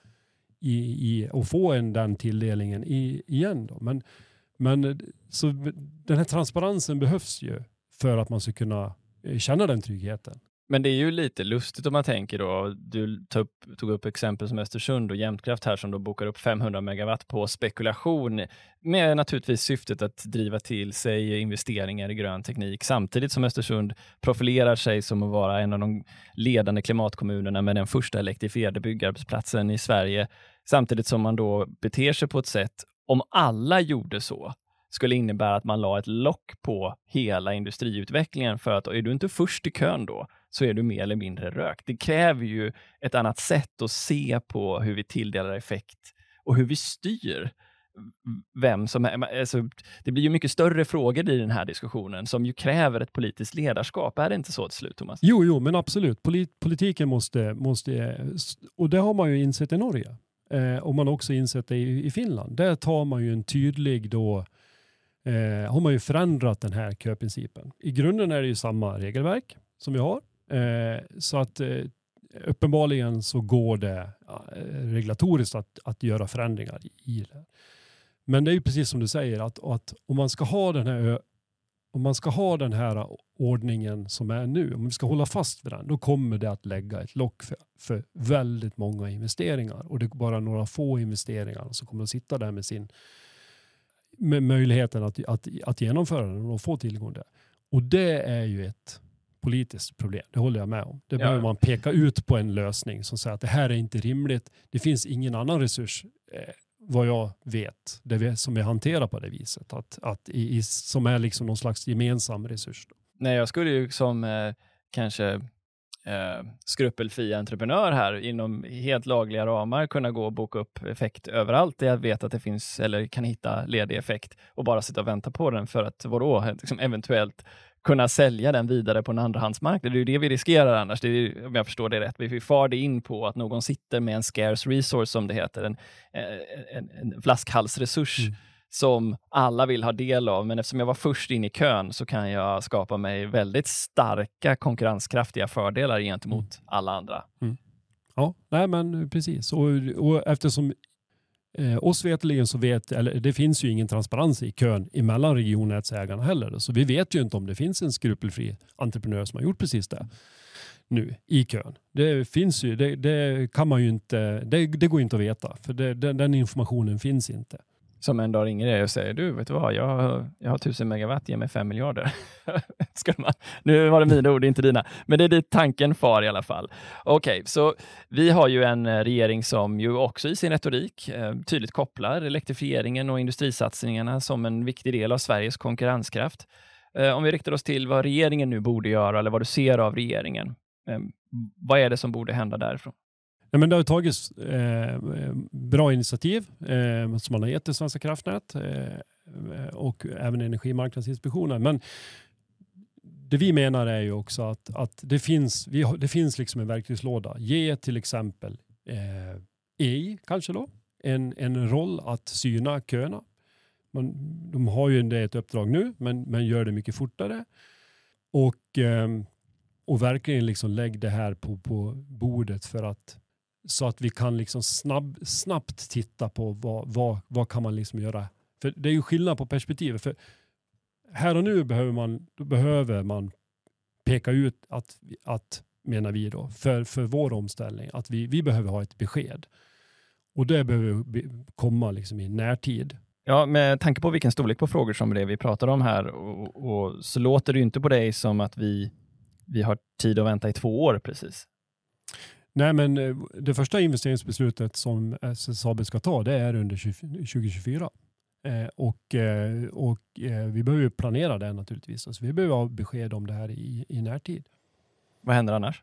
i och få den tilldelningen igen. Då. Men så den här transparensen behövs ju för att man ska kunna känna den tryggheten. Men det är ju lite lustigt om man tänker då, du tog upp exempel som Östersund och Jämtkraft här som då bokar upp 500 megawatt på spekulation med naturligtvis syftet att driva till sig investeringar i grön teknik samtidigt som Östersund profilerar sig som att vara en av de ledande klimatkommunerna med den första elektrifierade byggarbetsplatsen i Sverige, samtidigt som man då beter sig på ett sätt, om alla gjorde så, skulle innebära att man la ett lock på hela industriutvecklingen för att är du inte först i kön då så är du mer eller mindre rök. Det kräver ju ett annat sätt att se på hur vi tilldelar effekt och hur vi styr vem som är. Alltså, det blir ju mycket större frågor i den här diskussionen som ju kräver ett politiskt ledarskap. Är det inte så till slut, Thomas? Jo, men absolut. Politiken måste, och det har man ju insett i Norge. Och man har också insett det i Finland. Där tar man ju en tydlig då har man ju förändrat den här köprincipen. I grunden är det ju samma regelverk som vi har. Så att uppenbarligen så går det regulatoriskt att göra förändringar i det. Men det är ju precis som du säger att om man ska ha den här ordningen som är nu, om vi ska hålla fast vid den, då kommer det att lägga ett lock för väldigt många investeringar. Och det är bara några få investeringar som kommer att sitta där med möjligheten att genomföra den och få tillgång till det. Och det är ju ett politiskt problem, det håller jag med om. Det behöver man peka ut på en lösning som säger att det här är inte rimligt. Det finns ingen annan resurs, vad jag vet, som vi hanterar på det viset. Som är liksom någon slags gemensam resurs. Då. Nej, jag skulle ju som kanske skrupelfri entreprenör här inom helt lagliga ramar kunna gå och boka upp effekt överallt där jag vet att det finns eller kan hitta ledig effekt och bara sitta och vänta på den för att liksom eventuellt kunna sälja den vidare på en andrahandsmarknad. Det är ju det vi riskerar annars. Det är, om jag förstår det rätt. Vi far det in på att någon sitter med en scarce resource som det heter. En flaskhalsresurs som alla vill ha del av. Men eftersom jag var först in i kön så kan jag skapa mig väldigt starka konkurrenskraftiga fördelar gentemot alla andra. Mm. Ja, nej men precis. Och eftersom oss vetligen så det finns ju ingen transparens i kön emellan regionnätsägarna heller. Så vi vet ju inte om det finns en skrupelfri entreprenör som har gjort precis det nu i kön. Det finns ju, det kan man ju inte, det går inte att veta för den informationen finns inte. Som en dag ringer dig och säger, du vet du vad, jag har 1000 megawatt, ge mig 5 miljarder. Nu var det mina ord, inte dina. Men det är dit tanken far i alla fall. Okej, så vi har ju en regering som ju också i sin retorik tydligt kopplar elektrifieringen och industrisatsningarna som en viktig del av Sveriges konkurrenskraft. Om vi riktar oss till vad regeringen nu borde göra eller vad du ser av regeringen. Vad är det som borde hända därifrån? Ja, men det har tagits bra initiativ som man har gett till Svenska kraftnät och även Energimarknadsinspektionen. Men det vi menar är ju också att det finns liksom en verktygslåda. Ge till exempel EI kanske då en roll att syna köerna. De har ju ett uppdrag nu men gör det mycket fortare. Och verkligen liksom lägg det här på bordet så att vi kan liksom snabbt titta på vad kan man liksom göra. För det är ju skillnad på perspektivet. För här och nu behöver man peka ut att menar vi då, för vår omställning, att vi behöver ha ett besked. Och det behöver komma liksom i närtid. Ja, med tanke på vilken storlek på frågor som det är vi pratar om här och så låter det ju inte på dig som att vi har tid att vänta i 2 år precis. Nej, men det första investeringsbeslutet som SSAB ska ta, det är under 2024. Och vi behöver planera det naturligtvis. Alltså vi behöver ha besked om det här i närtid. Vad händer annars?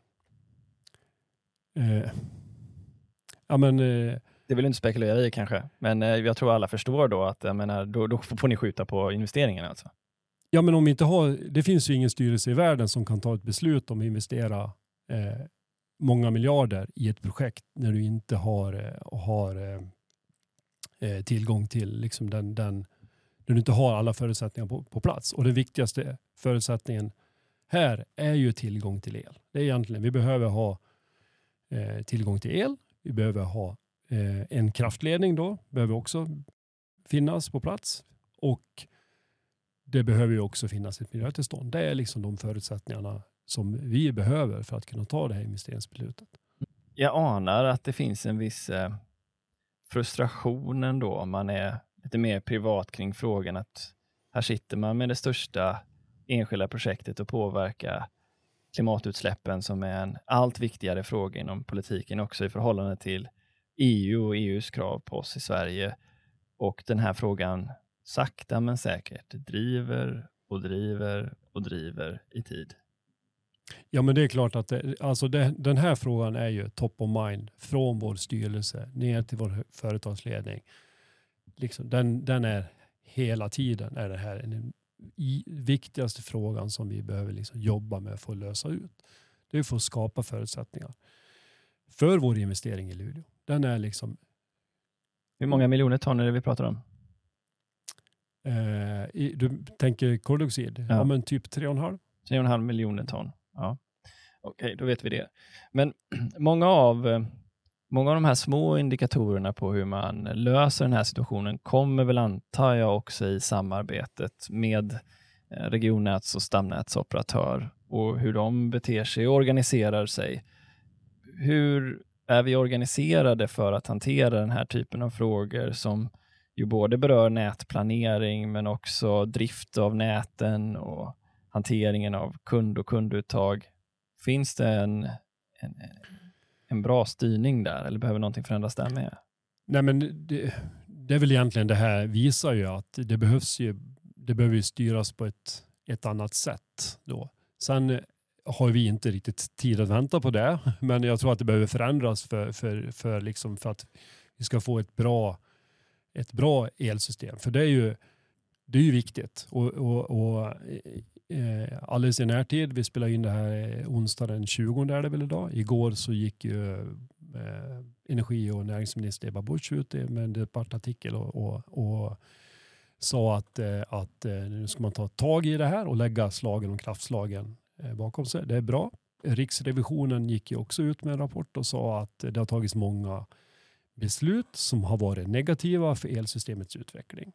Det vill inte spekulera i kanske. Men jag tror alla förstår då att då får ni skjuta på investeringen alltså. Ja, men om vi inte det finns ju ingen styrelse i världen som kan ta ett beslut om att investera många miljarder i ett projekt när du inte har tillgång till liksom när du inte har alla förutsättningar på plats. Och den viktigaste förutsättningen här är ju tillgång till el. Det är egentligen, vi behöver ha tillgång till el. Vi behöver ha en kraftledning då. Behöver också finnas på plats. Och det behöver ju också finnas ett miljötillstånd. Det är liksom de förutsättningarna som vi behöver för att kunna ta det här investeringsbeslutet. Jag anar att det finns en viss frustration ändå om man är lite mer privat kring frågan, att här sitter man med det största enskilda projektet och påverka klimatutsläppen, som är en allt viktigare fråga inom politiken också i förhållande till EU och EUs krav på oss i Sverige. Och den här frågan sakta men säkert driver i tid. Ja, men det är klart att den här frågan är ju top of mind från vår styrelse ner till vår företagsledning. Liksom, den är hela tiden är det här den viktigaste frågan som vi behöver liksom jobba med för att lösa ut. Det är för att skapa förutsättningar för vår investering i Luleå. Den är liksom... Hur många miljoner ton är det vi pratar om? Du tänker koldioxid? Ja, men typ 3,5. 3,5 miljoner ton. Ja. Okej, då vet vi det. Men många av de här små indikatorerna på hur man löser den här situationen kommer väl, antar jag, också i samarbetet med regionnäts- och stamnätsoperatör och hur de beter sig och organiserar sig. Hur är vi organiserade för att hantera den här typen av frågor som ju både berör nätplanering men också drift av näten och hanteringen av kund och kunduttag? Finns det en bra styrning där, eller behöver någonting förändras där med? Nej, men det är väl egentligen, det här visar ju att det behöver ju styras på ett annat sätt då. Sen har vi inte riktigt tid att vänta på det, men jag tror att det behöver förändras för att vi ska få ett bra elsystem. För det är ju viktigt. Och alldeles i närtid, vi spelar in det här onsdag den 20 är det väl idag. Igår så gick ju energi- och näringsminister Ebba Busch ut med en debattartikel och sa att nu ska man ta tag i det här och lägga slagen och kraftslagen bakom sig. Det är bra. Riksrevisionen gick ju också ut med en rapport och sa att det har tagits många beslut som har varit negativa för elsystemets utveckling.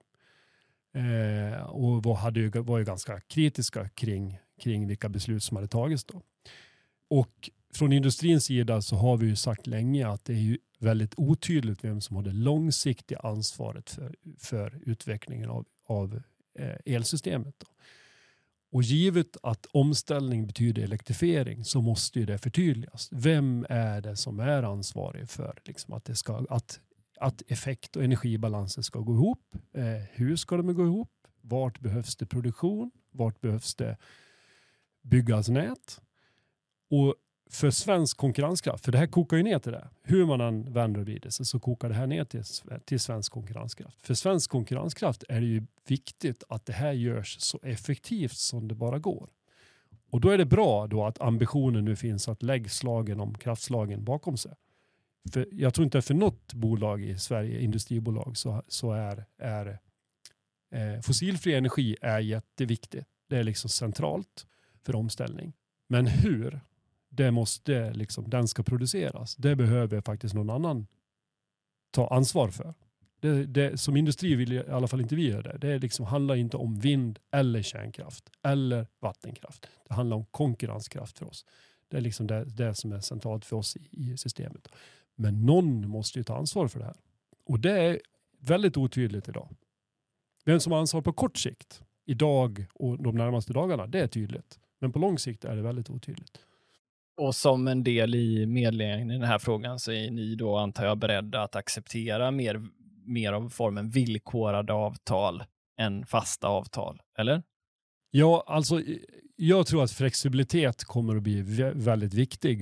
Och var ju ganska kritiska kring vilka beslut som hade tagits då. Och från industrins sida så har vi ju sagt länge att det är ju väldigt otydligt vem som har det långsiktiga ansvaret för utvecklingen av elsystemet då. Och givet att omställning betyder elektrifiering så måste ju det förtydligas. Vem är det som är ansvarig för liksom att effekt- och energibalansen ska gå ihop? Hur ska de gå ihop? Vart behövs det produktion? Vart behövs det byggas nät? Och för svensk konkurrenskraft, för det här kokar ju ner till det. Hur man än vänder och vrider sig så kokar det här ner till svensk konkurrenskraft. För svensk konkurrenskraft är det ju viktigt att det här görs så effektivt som det bara går. Och då är det bra då att ambitionen nu finns att lägga slagen om kraftslagen bakom sig. För jag tror inte för något bolag i Sverige, industribolag, så är fossilfri energi är jätteviktigt. Det är liksom centralt för omställning. Men hur den ska produceras, det behöver faktiskt någon annan ta ansvar för. Det som industri vill i alla fall inte vi göra det. Det liksom handlar inte om vind eller kärnkraft eller vattenkraft. Det handlar om konkurrenskraft för oss. Det är liksom det som är centralt för oss i systemet. Men någon måste ju ta ansvar för det här. Och det är väldigt otydligt idag. Vem som har ansvar på kort sikt, idag och de närmaste dagarna, det är tydligt. Men på lång sikt är det väldigt otydligt. Och som en del i medledningen i den här frågan så är ni då, antar jag, beredda att acceptera mer av formen villkorade avtal än fasta avtal, eller? Ja, alltså jag tror att flexibilitet kommer att bli väldigt viktig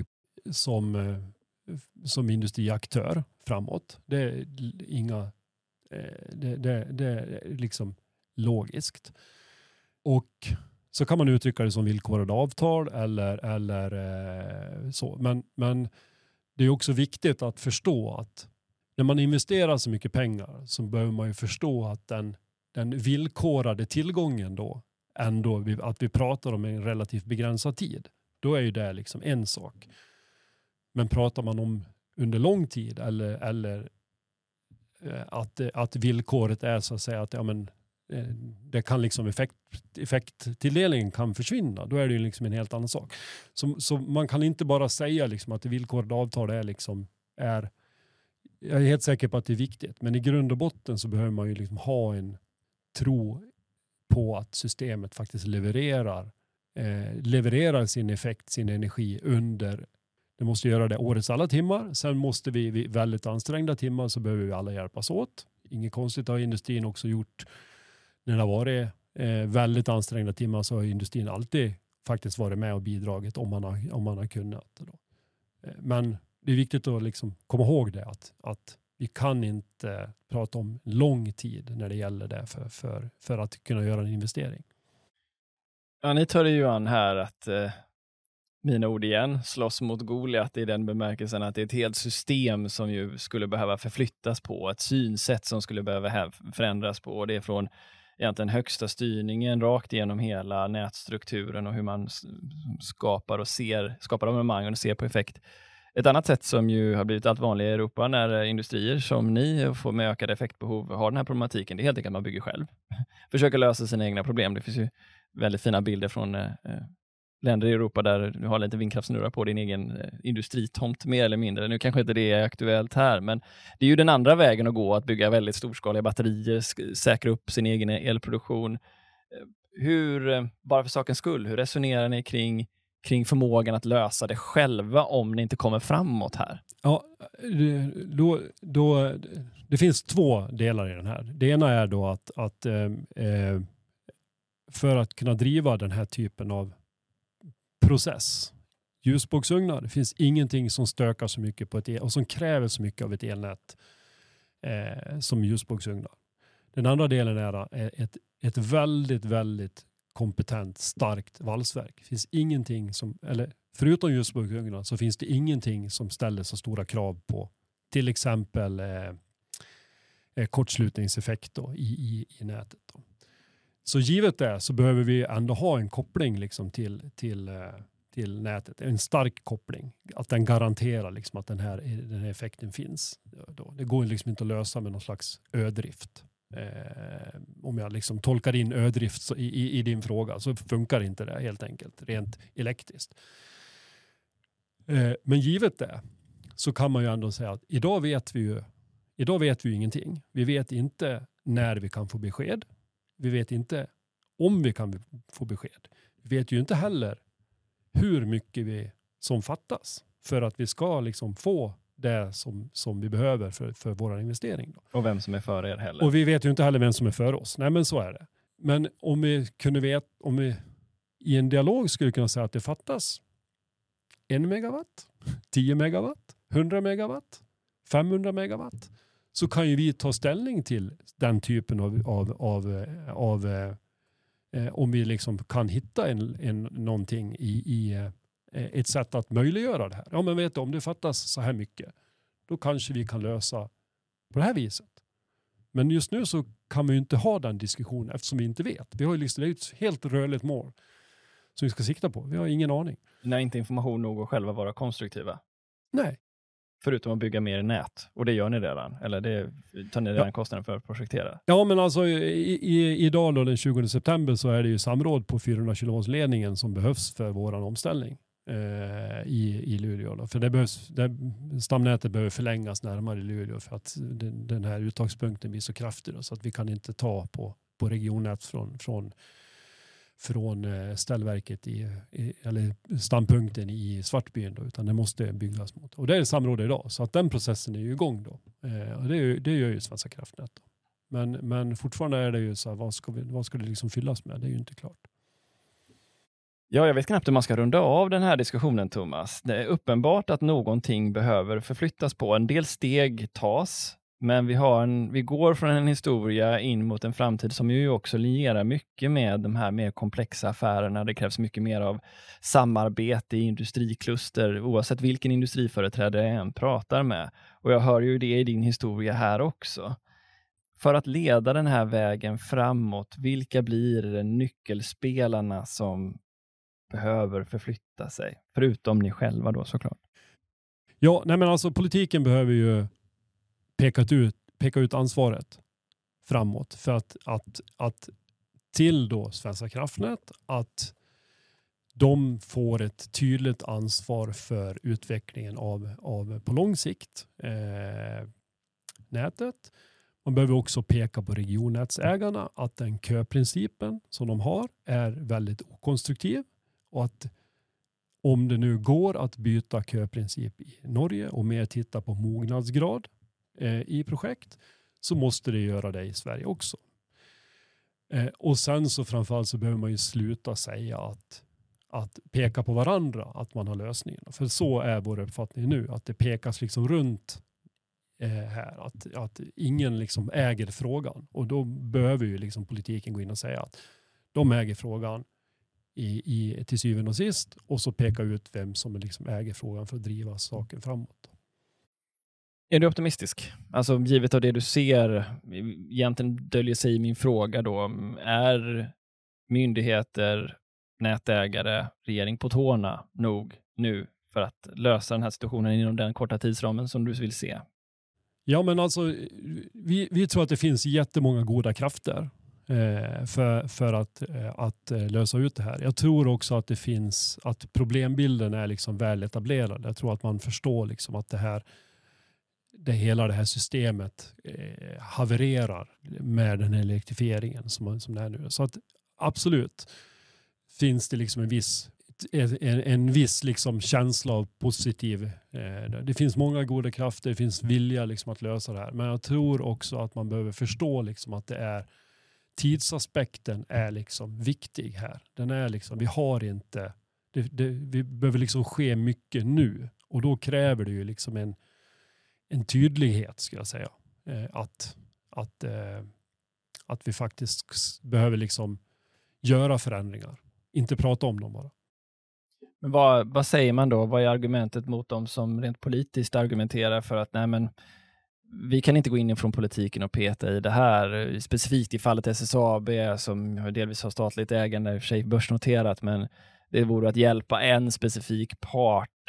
som industriaktör framåt. Det är det är liksom logiskt. Och så kan man uttrycka det som villkorade avtal eller så. Men det är också viktigt att förstå att när man investerar så mycket pengar så behöver man ju förstå att den villkorade tillgången då ändå att vi pratar om en relativt begränsad tid. Då är ju det liksom en sak. Men pratar man om under lång tid eller att villkoret är så att säga att det kan liksom effekttilldelningen kan försvinna. Då är det ju liksom en helt annan sak. Så man kan inte bara säga liksom att det villkorade avtal är jag är helt säker på att det är viktigt. Men i grund och botten så behöver man ju liksom ha en tro på att systemet faktiskt levererar sin effekt, sin energi det måste göra det årets alla timmar. Sen måste vi väldigt ansträngda timmar så behöver vi alla hjälpas åt. Inget konstigt har industrin också gjort. När det har varit väldigt ansträngda timmar så har industrin alltid faktiskt varit med och bidragit om man har kunnat. Men det är viktigt att liksom komma ihåg det att vi kan inte prata om lång tid när det gäller det för att kunna göra en investering. Ja, ni tar ju an här att mina ord igen, slåss mot Goliat i den bemärkelsen att det är ett helt system som ju skulle behöva förflyttas på, ett synsätt som skulle behöva förändras på, och det är från egentligen högsta styrningen rakt igenom hela nätstrukturen och hur man skapar abonnemang och ser på effekt. Ett annat sätt som ju har blivit allt vanligare i Europa när industrier som ni får med ökade effektbehov har den här problematiken, det är helt enkelt att man bygger själv. Försöker lösa sina egna problem. Det finns ju väldigt fina bilder från länder i Europa där du har lite vindkraftsnurra på din egen industritomt mer eller mindre. Nu kanske inte det är aktuellt här, men det är ju den andra vägen att gå, att bygga väldigt storskaliga batterier, säkra upp sin egen elproduktion. Bara för sakens skull, hur resonerar ni kring förmågan att lösa det själva om ni inte kommer framåt här? Ja, det finns två delar i den här. Det ena är då att för att kunna driva den här typen av process, ljusbågsugnar, det finns ingenting som stökar så mycket på och som kräver så mycket av ett elnät som ljusbågsugnar. Den andra delen är ett väldigt, väldigt kompetent, starkt valsverk. Det finns ingenting förutom ljusbågsugnar så finns det ingenting som ställer så stora krav på till exempel kortslutningseffekt då, i nätet. Då. Så givet det så behöver vi ändå ha en koppling liksom till nätet. En stark koppling. Att den garanterar liksom att den här effekten finns. Det går liksom inte att lösa med någon slags ödrift. Om jag liksom tolkar in ödrift i din fråga så funkar inte det helt enkelt. Rent elektriskt. Men givet det så kan man ju ändå säga att idag vet vi ju ingenting. Vi vet inte när vi kan få besked. Vi vet inte om vi kan få besked. Vi vet ju inte heller hur mycket som fattas för att vi ska liksom få det som vi behöver för vår investering. Då. Och vem som är för er heller. Och vi vet ju inte heller vem som är för oss. Nej, men så är det. Men om vi i en dialog skulle kunna säga att det fattas 1 megawatt, 10 megawatt, 100 megawatt, 500 megawatt, så kan ju vi ta ställning till den typen av om vi liksom kan hitta någonting i ett sätt att möjliggöra det här. Ja, men vet du, om det fattas så här mycket, då kanske vi kan lösa på det här viset. Men just nu så kan vi ju inte ha den diskussionen eftersom vi inte vet. Vi har ju liksom ett helt rörligt mål som vi ska sikta på. Vi har ingen aning. När inte information nog att själva vara konstruktiva? Nej. Förutom att bygga mer nät. Och det gör ni redan? Eller tar ni redan kostnaden för att projektera? Ja, men alltså idag då, den 20 september så är det ju samråd på 400 kV-ledningen som behövs för våran omställning i Luleå. Då. För stamnätet behöver förlängas närmare Luleå för att den här uttagspunkten blir så kraftig då, så att vi kan inte ta på regionnät från ställverket eller stampunkten i Svartbyn då, utan det måste byggas mot. Och det är samråd idag, så att den processen är ju igång då. Och det gör ju Svenska kraftnät då. Men fortfarande är det ju så här, vad ska det liksom fyllas med? Det är ju inte klart. Ja, jag vet knappt hur man ska runda av den här diskussionen, Thomas. Det är uppenbart att någonting behöver förflyttas på. En del steg tas, men vi går från en historia in mot en framtid som ju också linjerar mycket med de här mer komplexa affärerna. Det krävs mycket mer av samarbete i industrikluster, oavsett vilken industriföreträdare jag än pratar med. Och jag hör ju det i din historia här också. för att leda den här vägen framåt, vilka blir nyckelspelarna som behöver förflytta sig? Förutom ni själva då såklart. Ja, nej men alltså politiken behöver ju peka ut ansvaret framåt för att till då Svenska kraftnät att de får ett tydligt ansvar för utvecklingen av på lång sikt nätet. Man behöver också peka på regionnätsägarna att den köprincipen som de har är väldigt okonstruktiv och att om det nu går att byta köprincip i Norge och mer titta på mognadsgrad i projekt så måste det göra det i Sverige också. Och sen så framförallt så behöver man ju sluta säga att peka på varandra att man har lösningen. För så är vår uppfattning nu, att det pekas liksom runt här, att ingen liksom äger frågan. Och då behöver ju liksom politiken gå in och säga att de äger frågan till syvende och sist och så peka ut vem som liksom äger frågan för att driva saken framåt. Är du optimistisk? Alltså givet av det du ser, egentligen döljer sig i min fråga då, är myndigheter, nätägare, regering på tårna nog nu för att lösa den här situationen inom den korta tidsramen som du vill se? Ja, men alltså vi tror att det finns jättemånga goda krafter för att lösa ut det här. Jag tror också att det finns, att problembilden är liksom väl etablerad. Jag tror att man förstår liksom att hela det här systemet havererar med den här elektrifieringen som det är nu. Så att absolut finns det liksom en viss liksom känsla av positiv. Det finns många goda krafter, det finns vilja liksom att lösa det här. Men jag tror också att man behöver förstå liksom att det är tidsaspekten är liksom viktig här. Den är liksom, vi har inte, vi behöver liksom ske mycket nu. Och då kräver det ju liksom en tydlighet, ska jag säga. Att vi faktiskt behöver liksom göra förändringar. Inte prata om dem bara. Men vad säger man då? Vad är argumentet mot dem som rent politiskt argumenterar för att nej men vi kan inte gå in från politiken och peta i det här. Specifikt i fallet SSAB som delvis har statligt ägande, i och för sig börsnoterat, men det vore att hjälpa en specifik part.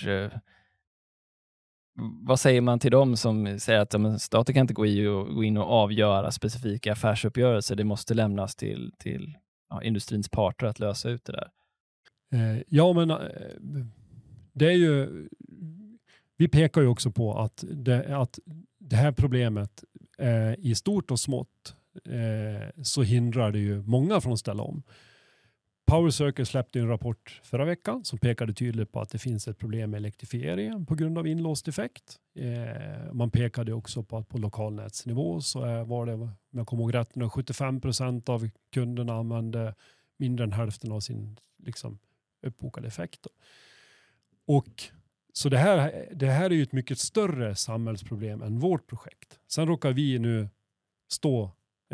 Vad säger man till dem som säger att staten kan inte gå in och avgöra specifika affärsuppgörelser? Det måste lämnas till industrins parter att lösa ut det där. Ja, men det är ju, vi pekar ju också på att det här problemet i stort och smått så hindrar det ju många från att ställa om. Power Circle släppte en rapport förra veckan som pekade tydligt på att det finns ett problem med elektrifieringen på grund av inlåst effekt. Man pekade också på att på lokalnätsnivå så var det, om jag kommer ihåg rätt, 75% av kunderna använde mindre än hälften av sin liksom uppbokade effekt. Och så det här är ju ett mycket större samhällsproblem än vårt projekt. Sen råkar vi nu stå,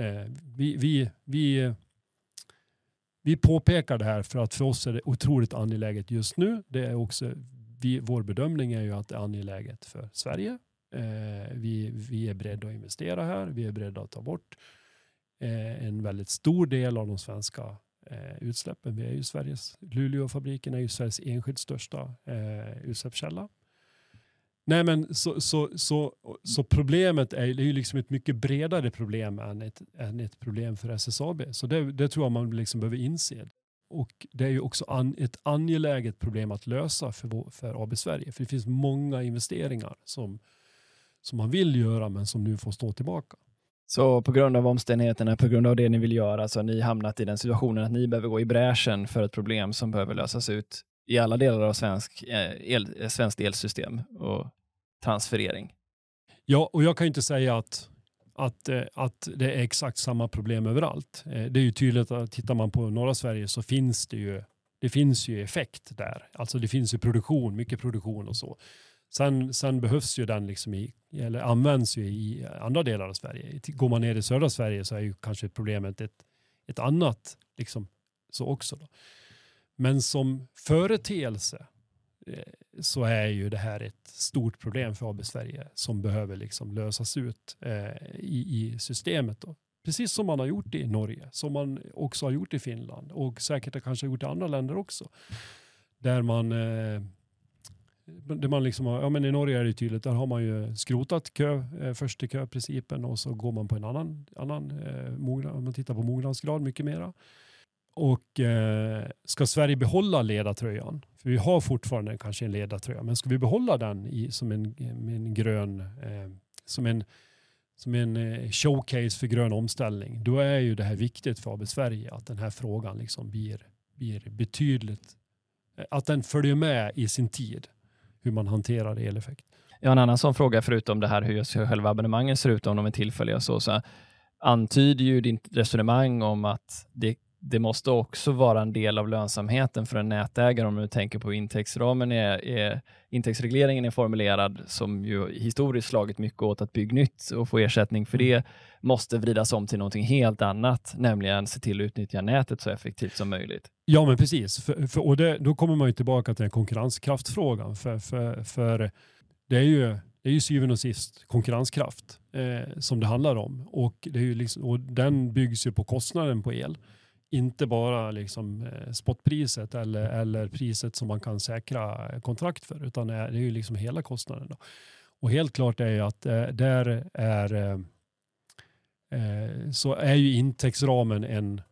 vi påpekar det här för att för oss är det otroligt angeläget just nu. Det är också, vår bedömning är ju att det är angeläget för Sverige. Vi är beredda att investera här. Vi är beredda att ta bort en väldigt stor del av de svenska utsläppen. Vi är ju Luleåfabriken är ju Sveriges enskilt största utsläppskälla. Nej, men så problemet är ju liksom ett mycket bredare problem än ett problem för SSAB. Så det tror jag man liksom behöver inse. Och det är ju också ett angeläget problem att lösa för AB Sverige. För det finns många investeringar som man vill göra men som nu får stå tillbaka. Så på grund av omständigheterna, på grund av det ni vill göra, så har ni hamnat i den situationen att ni behöver gå i bräschen för ett problem som behöver lösas ut i alla delar av svenskt elsystem och transferering. Ja, och jag kan ju inte säga att det är exakt samma problem överallt. Det är ju tydligt att tittar man på norra Sverige så finns det finns ju effekt där. Alltså det finns ju produktion, mycket produktion och så. Sen behövs ju den liksom eller används ju i andra delar av Sverige. Går man ner i södra Sverige så är ju kanske problemet ett annat liksom så också då. Men som företeelse så är ju det här ett stort problem för AB Sverige som behöver liksom lösas ut i systemet då. Precis som man har gjort i Norge, som man också har gjort i Finland och säkert kanske har gjort i andra länder också. Där man liksom har, men i Norge är det tydligt, där har man ju skrotat först till kö-principen och så går man på en annan om man tittar på mognadsgrad mycket mera. Och ska Sverige behålla ledartröjan, för vi har fortfarande kanske en ledartröja, men ska vi behålla den som en grön, som en showcase för grön omställning, då är ju det här viktigt för AB Sverige att den här frågan liksom blir betydligt, att den följer med i sin tid, hur man hanterar eleffekt. Ja, en annan sån fråga förutom det här hur själva abonnemangen ser ut om de är tillfälliga så antyder ju ditt resonemang om att det måste också vara en del av lönsamheten för en nätägare om du tänker på intäktsramen. Intäktsregleringen är formulerad som ju historiskt slagit mycket åt att bygga nytt och få ersättning för det måste vridas om till någonting helt annat, nämligen se till att utnyttja nätet så effektivt som möjligt. Ja, men precis. Och då kommer man ju tillbaka till den konkurrenskraftfrågan. För det är ju syvende och sist konkurrenskraft som det handlar om. Och, det är ju liksom, och den byggs ju på kostnaden på el. Inte bara liksom spotpriset eller priset som man kan säkra kontrakt för, utan det är ju liksom hela kostnaden. Då. Och helt klart är ju att där så är ju intäktsramen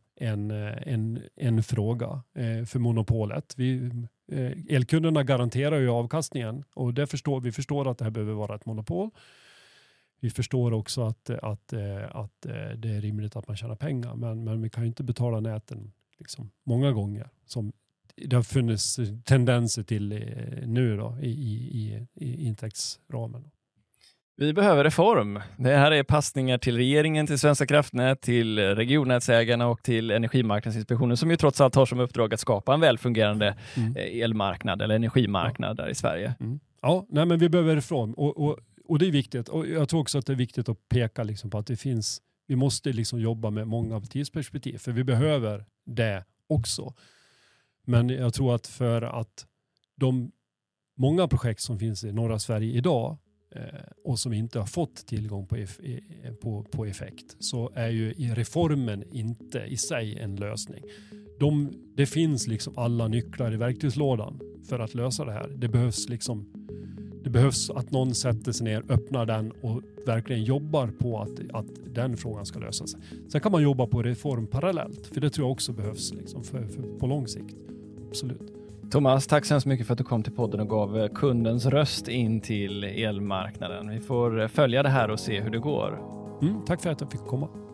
en fråga för monopolet. Elkunderna garanterar ju avkastningen och vi förstår att det här behöver vara ett monopol. Vi förstår också att det är rimligt att man tjänar pengar, men vi kan ju inte betala näten liksom många gånger som det har funnits tendenser till nu då i intäktsramen. Vi behöver reform. Det här är passningar till regeringen, till Svenska kraftnät, till regionnätsägarna och till Energimarknadsinspektionen som ju trots allt har som uppdrag att skapa en välfungerande elmarknad eller energimarknad där i Sverige. Mm. Ja, nej, men vi behöver reform och det är viktigt. Och jag tror också att det är viktigt att peka liksom på att vi måste liksom jobba med många tidsperspektiv, för vi behöver det också. Men jag tror att för att de många projekt som finns i norra Sverige idag och som inte har fått tillgång på effekt, så är ju i reformen inte i sig en lösning. Det finns liksom alla nycklar i verktygslådan för att lösa det här. Det behövs att någon sätter sig ner, öppnar den och verkligen jobbar på att den frågan ska lösa sig. Sen kan man jobba på reform parallellt, för det tror jag också behövs liksom för på lång sikt. Absolut. Thomas, tack så hemskt mycket för att du kom till podden och gav kundens röst in till elmarknaden. Vi får följa det här och se hur det går. Tack för att jag fick komma.